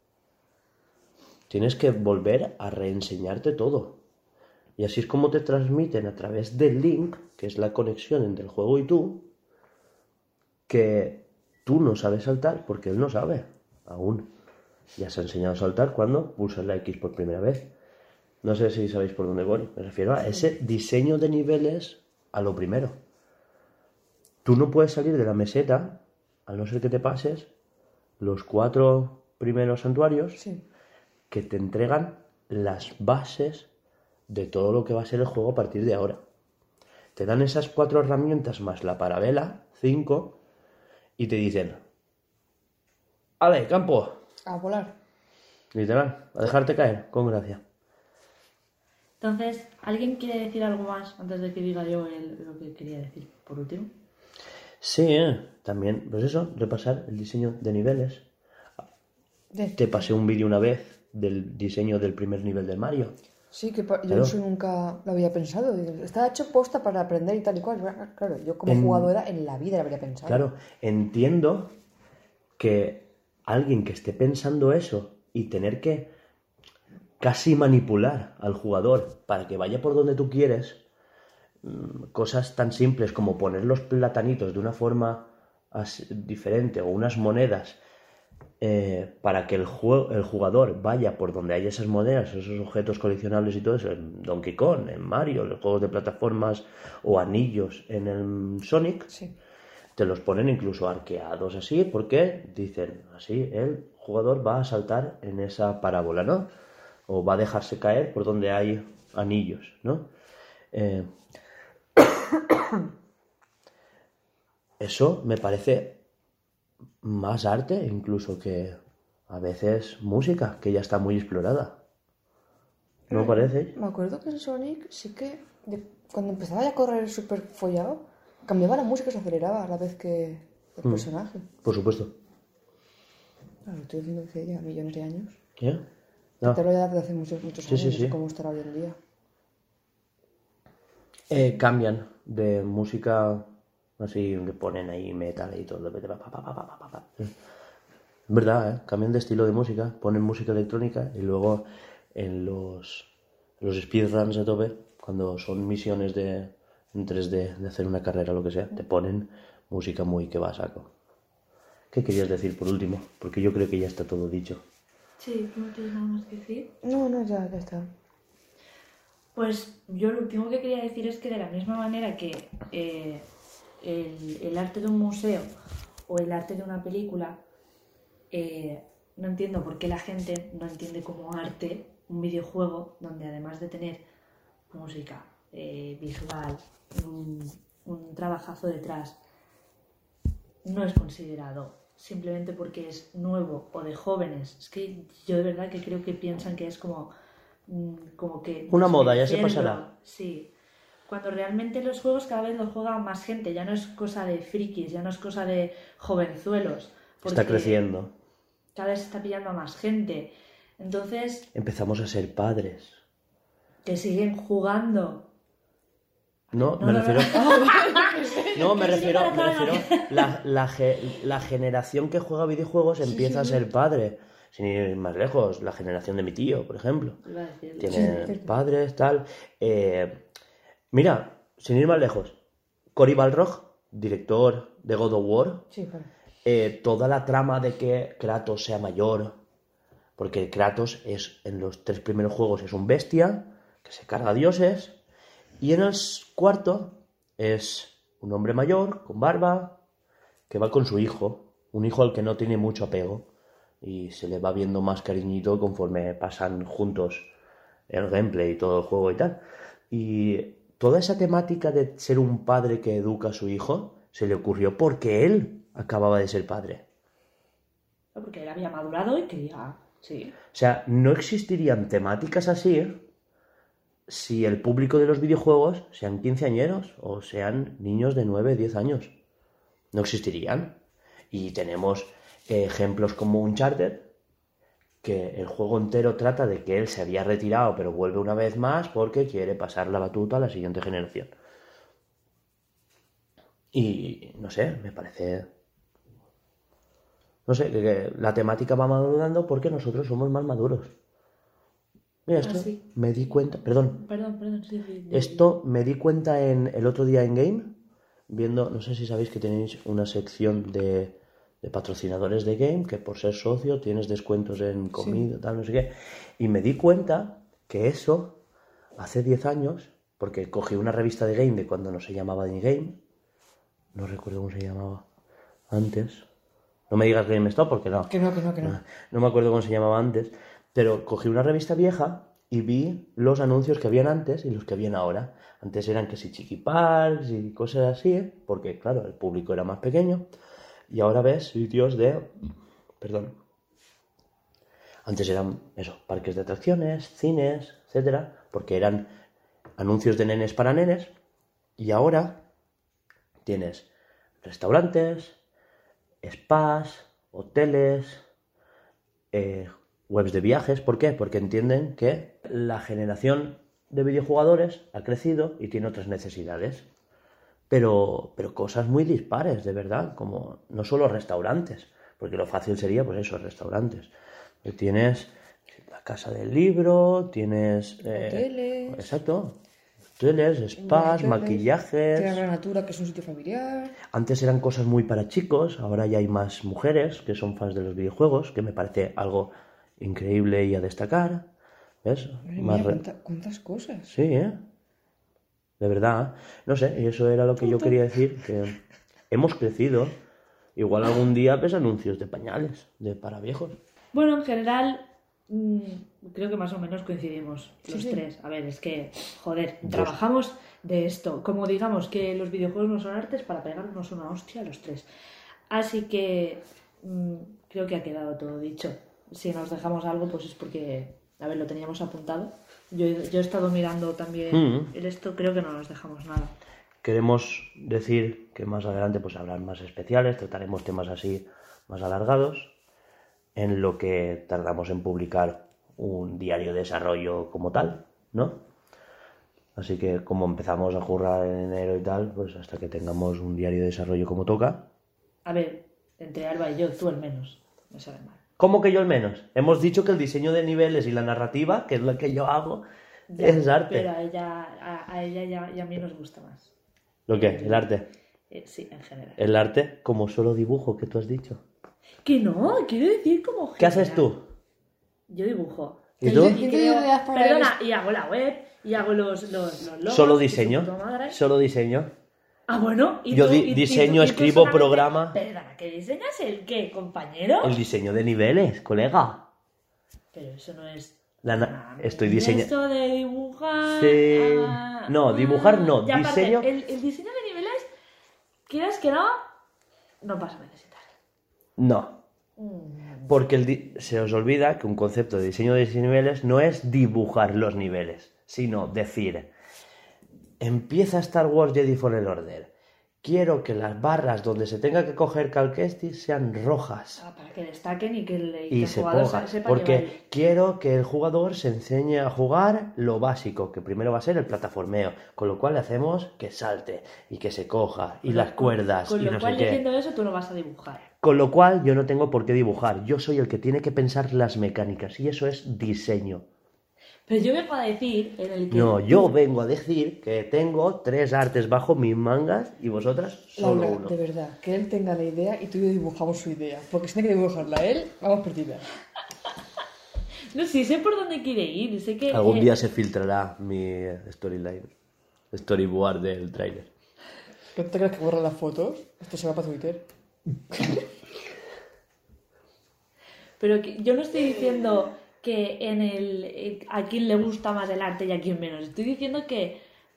Tienes que volver a reenseñarte todo. Y así es como te transmiten a través del link, que es la conexión entre el juego y tú, que tú no sabes saltar porque él no sabe aún. Ya se ha enseñado a saltar cuando pulsas la X por primera vez. No sé si sabéis por dónde voy. Me refiero a ese diseño de niveles a lo primero. Tú no puedes salir de la meseta, a no ser que te pases los cuatro primeros santuarios Sí. que te entregan las bases de todo lo que va a ser el juego a partir de ahora. Te dan esas cuatro herramientas más la parabela, cinco, y te dicen: ¡Ale, campo! A volar. Literal, a dejarte caer, con gracia. Entonces, ¿alguien quiere decir algo más antes de que diga yo el- lo que quería decir por último? Sí, ¿eh? También, pues eso, repasar el diseño de niveles. De- Te pasé un vídeo una vez del diseño del primer nivel del Mario. Sí, que pa- yo Claro. eso nunca lo había pensado. Está hecho posta para aprender y tal y cual. Claro, yo como En- jugadora en la vida lo habría pensado. Claro, entiendo que alguien que esté pensando eso y tener que casi manipular al jugador para que vaya por donde tú quieres, mm, cosas tan simples como poner los platanitos de una forma as- diferente o unas monedas eh, para que el, jue- el jugador vaya por donde hay esas monedas, esos objetos coleccionables y todo eso, en Donkey Kong, en Mario, en los juegos de plataformas o anillos en el Sonic, Sí. te los ponen incluso arqueados así, porque dicen así, el jugador va a saltar en esa parábola, ¿no? O va a dejarse caer por donde hay anillos, ¿no? Eh, Eso me parece más arte incluso que a veces música, que ya está muy explorada. ¿No parece? Me acuerdo que en Sonic sí que de- cuando empezaba ya a correr súper follado, cambiaba la música y se aceleraba a la vez que el Mm. personaje. Por supuesto. Claro, estoy diciendo que ya millones de años. ¿Eh? No. Te hablo ya de hace muchos, muchos Sí, años, sí, no sé sí. cómo estará hoy en día. Eh, cambian de música así que ponen ahí metal y todo. pa, pa, pa, pa, pa, pa. Es verdad, ¿eh? Cambian de estilo de música, ponen música electrónica y luego en los, los speedruns de tope, cuando son misiones de, en tres D, de hacer una carrera o lo que sea, te ponen música muy que va a saco. ¿Qué querías decir por último? Porque yo creo que ya está todo dicho. Sí, ¿no tienes nada más que decir? No, no, ya, ya está. Pues yo lo último que quería decir es que de la misma manera que eh, el, el arte de un museo o el arte de una película, eh, no entiendo por qué la gente no entiende como arte un videojuego donde además de tener música, eh, visual, un, un trabajazo detrás, no es considerado simplemente porque es nuevo o de jóvenes. Es que yo de verdad que creo que piensan que es como, mm, como que... Una moda, ya se desmerecerlo. pasará. Sí. Cuando realmente los juegos cada vez los juega más gente, ya no es cosa de frikis, ya no es cosa de jovenzuelos. Está porque creciendo. Cada vez se está pillando a más gente. Entonces, Empezamos a ser padres. que siguen jugando. No, No, me no, refiero... No, me Que sí, refiero, para me toda la refiero la, la, ge- la generación que juega videojuegos empieza a ser padre. Sin ir más lejos, la generación de mi tío, por ejemplo. Iba a decirlo. Tiene cierto. padres, tal. Eh, mira, sin ir más lejos, Cory Balrog, director de God of War, Sí, claro. eh, toda la trama de que Kratos sea mayor, Porque Kratos es, en los tres primeros juegos es un bestia que se carga dioses, y en el cuarto es un hombre mayor, con barba, que va con su hijo, un hijo al que no tiene mucho apego, y se le va viendo más cariñito conforme pasan juntos el gameplay y todo el juego y tal. Y toda esa temática de ser un padre que educa a su hijo se le ocurrió porque él acababa de ser padre. Porque él había madurado y quería... Sí. O sea, no existirían temáticas así si el público de los videojuegos sean quinceañeros o sean niños de nueve, diez años. No existirían. Y tenemos eh, ejemplos como Uncharted, que el juego entero trata de que él se había retirado pero vuelve una vez más porque quiere pasar la batuta a la siguiente generación. Y no sé, me parece... No sé, que, que la temática va madurando porque nosotros somos más maduros. Mira, esto Ah, sí. me di cuenta... Perdón. Perdón, perdón, sí, sí. Esto me di cuenta en el otro día en Game, viendo... No sé si sabéis que tenéis una sección de... de patrocinadores de Game, que por ser socio tienes descuentos en comida, sí. Tal, no sé qué. Y me di cuenta que eso, hace diez años, porque cogí una revista de Game de cuando no se llamaba ni Game, no recuerdo cómo se llamaba antes. No me digas GameStop porque no. Que no, que no, que no. No, no me acuerdo cómo se llamaba antes, pero cogí una revista vieja y vi los anuncios que habían antes y los que habían ahora. Antes eran que si Chiquiparks y cosas así, porque claro, el público era más pequeño. Y ahora ves sitios de... Perdón. Antes eran, eso, parques de atracciones, cines, etcétera, porque eran anuncios de nenes para nenes. Y ahora tienes restaurantes, spas, hoteles, eh, webs de viajes. ¿Por qué? Porque entienden que la generación de videojugadores ha crecido y tiene otras necesidades. Pero, pero cosas muy dispares, de verdad, como no solo restaurantes, porque lo fácil sería, pues eso, restaurantes. Tienes la casa del libro, tienes... Eh, hoteles. Exacto. Hoteles, spas, hoteles, maquillajes... Tierra de la Natura, que es un sitio familiar... Antes eran cosas muy para chicos, ahora ya hay más mujeres que son fans de los videojuegos, que me parece algo increíble y a destacar. ¿Ves? Madre más mía, re... ¿cuánta, cuántas cosas? Sí, ¿eh? De verdad, no sé, y eso era lo que yo quería decir, que hemos crecido. Igual algún día ves anuncios de pañales, de para viejos. Bueno, en general, mmm, creo que más o menos coincidimos los sí, sí. tres. A ver, es que, joder, Dos. trabajamos de esto. Como digamos que los videojuegos no son artes, para pegarnos una hostia a los tres. Así que mmm, creo que ha quedado todo dicho. Si nos dejamos algo, pues es porque, a ver, lo teníamos apuntado. Yo, yo he estado mirando también mm. el esto, creo que no nos dejamos nada. Queremos decir que más adelante pues habrán más especiales, trataremos temas así más alargados, en lo que tardamos en publicar un diario de desarrollo como tal, ¿no? Así que como empezamos a currar en enero y tal, pues hasta que tengamos un diario de desarrollo como toca. A ver, entre Alba y yo, tú al menos, me sabe mal. ¿Cómo que yo al menos? Hemos dicho que el diseño de niveles y la narrativa, que es lo que yo hago, ya, es arte. Pero a ella, a, a ella y a, y a mí nos gusta más. ¿Lo qué? ¿El arte? Eh, sí, en general. El arte como solo dibujo, que tú has dicho. Que no, quiero decir como general. ¿Qué haces tú? Yo dibujo. ¿Y tú? Y creo, perdona, y hago la web, y hago los, los, los logos. ¿Solo diseño? ¿Solo diseño? Ah, bueno. ¿y Yo tú, di- y, diseño, y tú, escribo, y programa. Perdona, ¿que diseñas el qué, compañero? El diseño de niveles, colega. Pero eso no es... La na- Estoy diseñando... Esto de dibujar... Sí. Ah, No, dibujar no, ya, diseño... Aparte, el, el diseño de niveles, quieras que no, no vas a necesitar. No. Mm. Porque el di- se os olvida que un concepto de diseño de niveles no es dibujar los niveles, sino decir, empieza Star Wars Jedi Fallen Order. Quiero que las barras donde se tenga que coger Cal Kestis sean rojas. Ah, para que destaquen y que el, y Y que el se jugador ponga, sepa porque llevar. quiero que el jugador se enseñe a jugar lo básico, que primero va a ser el plataformeo, con lo cual le hacemos que salte y que se coja, y Con las lo- cuerdas, Con y lo no cual, sé qué. diciendo eso, tú no vas a dibujar. Con lo cual yo no tengo por qué dibujar, yo soy el que tiene que pensar las mecánicas, y eso es diseño. Pero yo vengo a decir en el que... No, yo vengo a decir que tengo tres artes bajo mis mangas y vosotras solo Laura, uno. de verdad, que él tenga la idea y tú y yo dibujamos su idea. Porque si tiene que dibujarla él, vamos perdidas. No sé, sé por dónde quiere ir. Sé que, Algún eh, día se filtrará mi storyline, storyboard del tráiler. ¿No te crees que borran las fotos? Esto se va para Twitter. Pero que- yo no estoy diciendo que en el eh, a quién le gusta más el arte y a quién menos. Estoy diciendo que...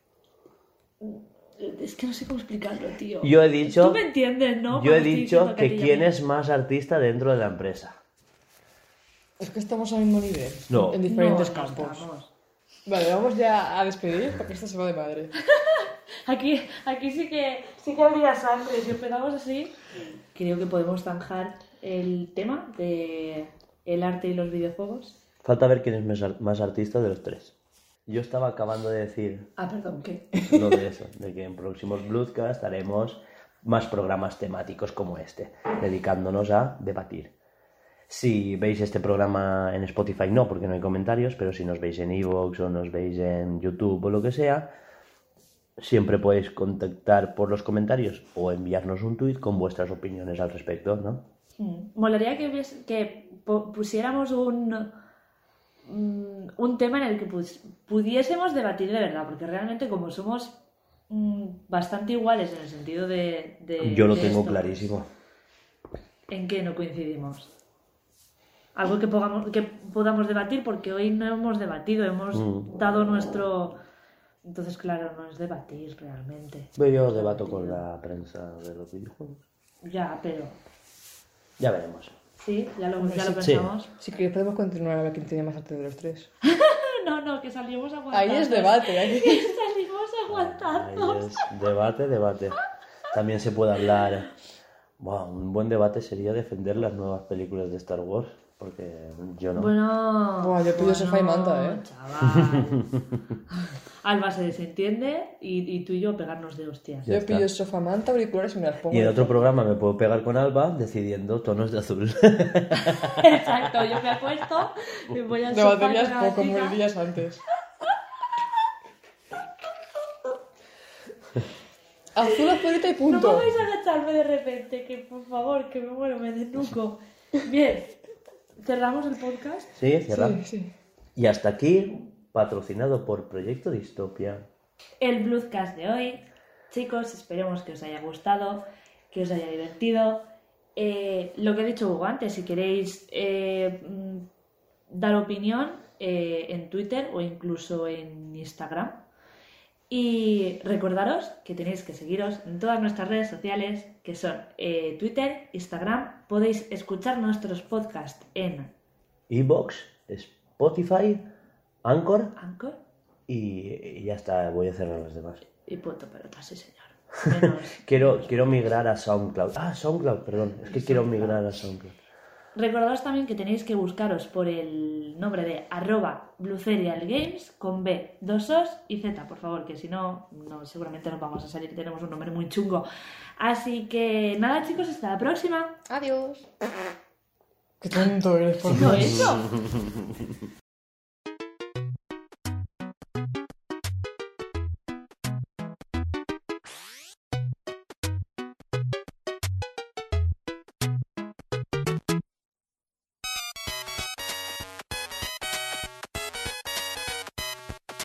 Es que no sé cómo explicarlo, tío. Yo he dicho... Tú me entiendes, ¿no? Yo he Cuando estoy dicho diciendo a que ti y a quién mí. es más artista dentro de la empresa. Es que estamos al mismo nivel. No. En diferentes No, no campos. estamos. Vale, vamos ya a despedir porque esto se va de madre. Aquí, aquí sí que sí que habría sangre. Si empezamos así, creo que podemos zanjar el tema de el arte y los videojuegos. Falta ver quién es más ar- más artista de los tres. Yo estaba acabando de decir Ah, perdón, ¿qué? lo de eso, de que en próximos Bloodcast haremos más programas temáticos como este, dedicándonos a debatir. Si veis este programa en Spotify no, porque no hay comentarios, pero si nos veis en iVoox o nos veis en YouTube o lo que sea, siempre podéis contactar por los comentarios o enviarnos un tuit con vuestras opiniones al respecto, ¿no? Mm. Molaría que, hubies- que pu- pusiéramos un, mm, un tema en el que pus- pudiésemos debatir de verdad, porque realmente como somos mm, bastante iguales en el sentido de... de- Yo lo de tengo esto, clarísimo. ¿En qué no coincidimos? Algo que podamos, que podamos debatir, porque hoy no hemos debatido, hemos Mm. dado nuestro... Entonces, claro, no es debatir realmente. Pero yo debato con la prensa de los videojuegos. Ya, pero... Ya veremos. Sí, ya lo, ya lo Sí. pensamos. Si queréis podemos continuar a ver quién tiene más arte de los tres. No, no, que salimos a aguantar. Ahí es debate, ahí. Salimos a aguantarnos. Ahí es debate, debate. También se puede hablar. Wow, un buen debate sería defender las nuevas películas de Star Wars, porque yo no. Bueno. Buah, yo pillo sofá y manta, ¿eh? Chaval. Alba se desentiende y, y tú y yo pegarnos de hostias. Ya Yo está. pillo sofá, manta, auriculares y me las pongo. Y en otro programa me puedo pegar con Alba decidiendo tonos de azul. Exacto, yo me acuesto, me voy al De sofá baterías con la poco, chica. morirías antes. Azul, azulita y No punto. me vais a agacharme de repente, que por favor, que me muero, me desnuco. Bien, cerramos el podcast. Sí, cerramos. Sí, sí. Y hasta aquí, patrocinado por Proyecto Distopia. El Bloodcast de hoy. Chicos, esperemos que os haya gustado, que os haya divertido. Eh, lo que he dicho Hugo antes, si queréis eh, mm, dar opinión eh, en Twitter o incluso en Instagram. Y recordaros que tenéis que seguiros en todas nuestras redes sociales, que son eh, Twitter, Instagram. Podéis escuchar nuestros podcasts en Evox, Spotify, Anchor Anchor y, y ya está, voy a cerrar las demás. y punto pelota, sí señor. Menos. Quiero, quiero migrar a SoundCloud. Ah, SoundCloud, perdón. Es que quiero SoundCloud. migrar a SoundCloud. Recordaos también que tenéis que buscaros por el nombre de arroba bluecerialgames con B, dos Os y Z, por favor, que si no, no seguramente nos vamos a salir, tenemos un nombre muy chungo. Así que nada, chicos, hasta la próxima. Adiós. Qué tonto eres, por ¿Lo Dios. he hecho?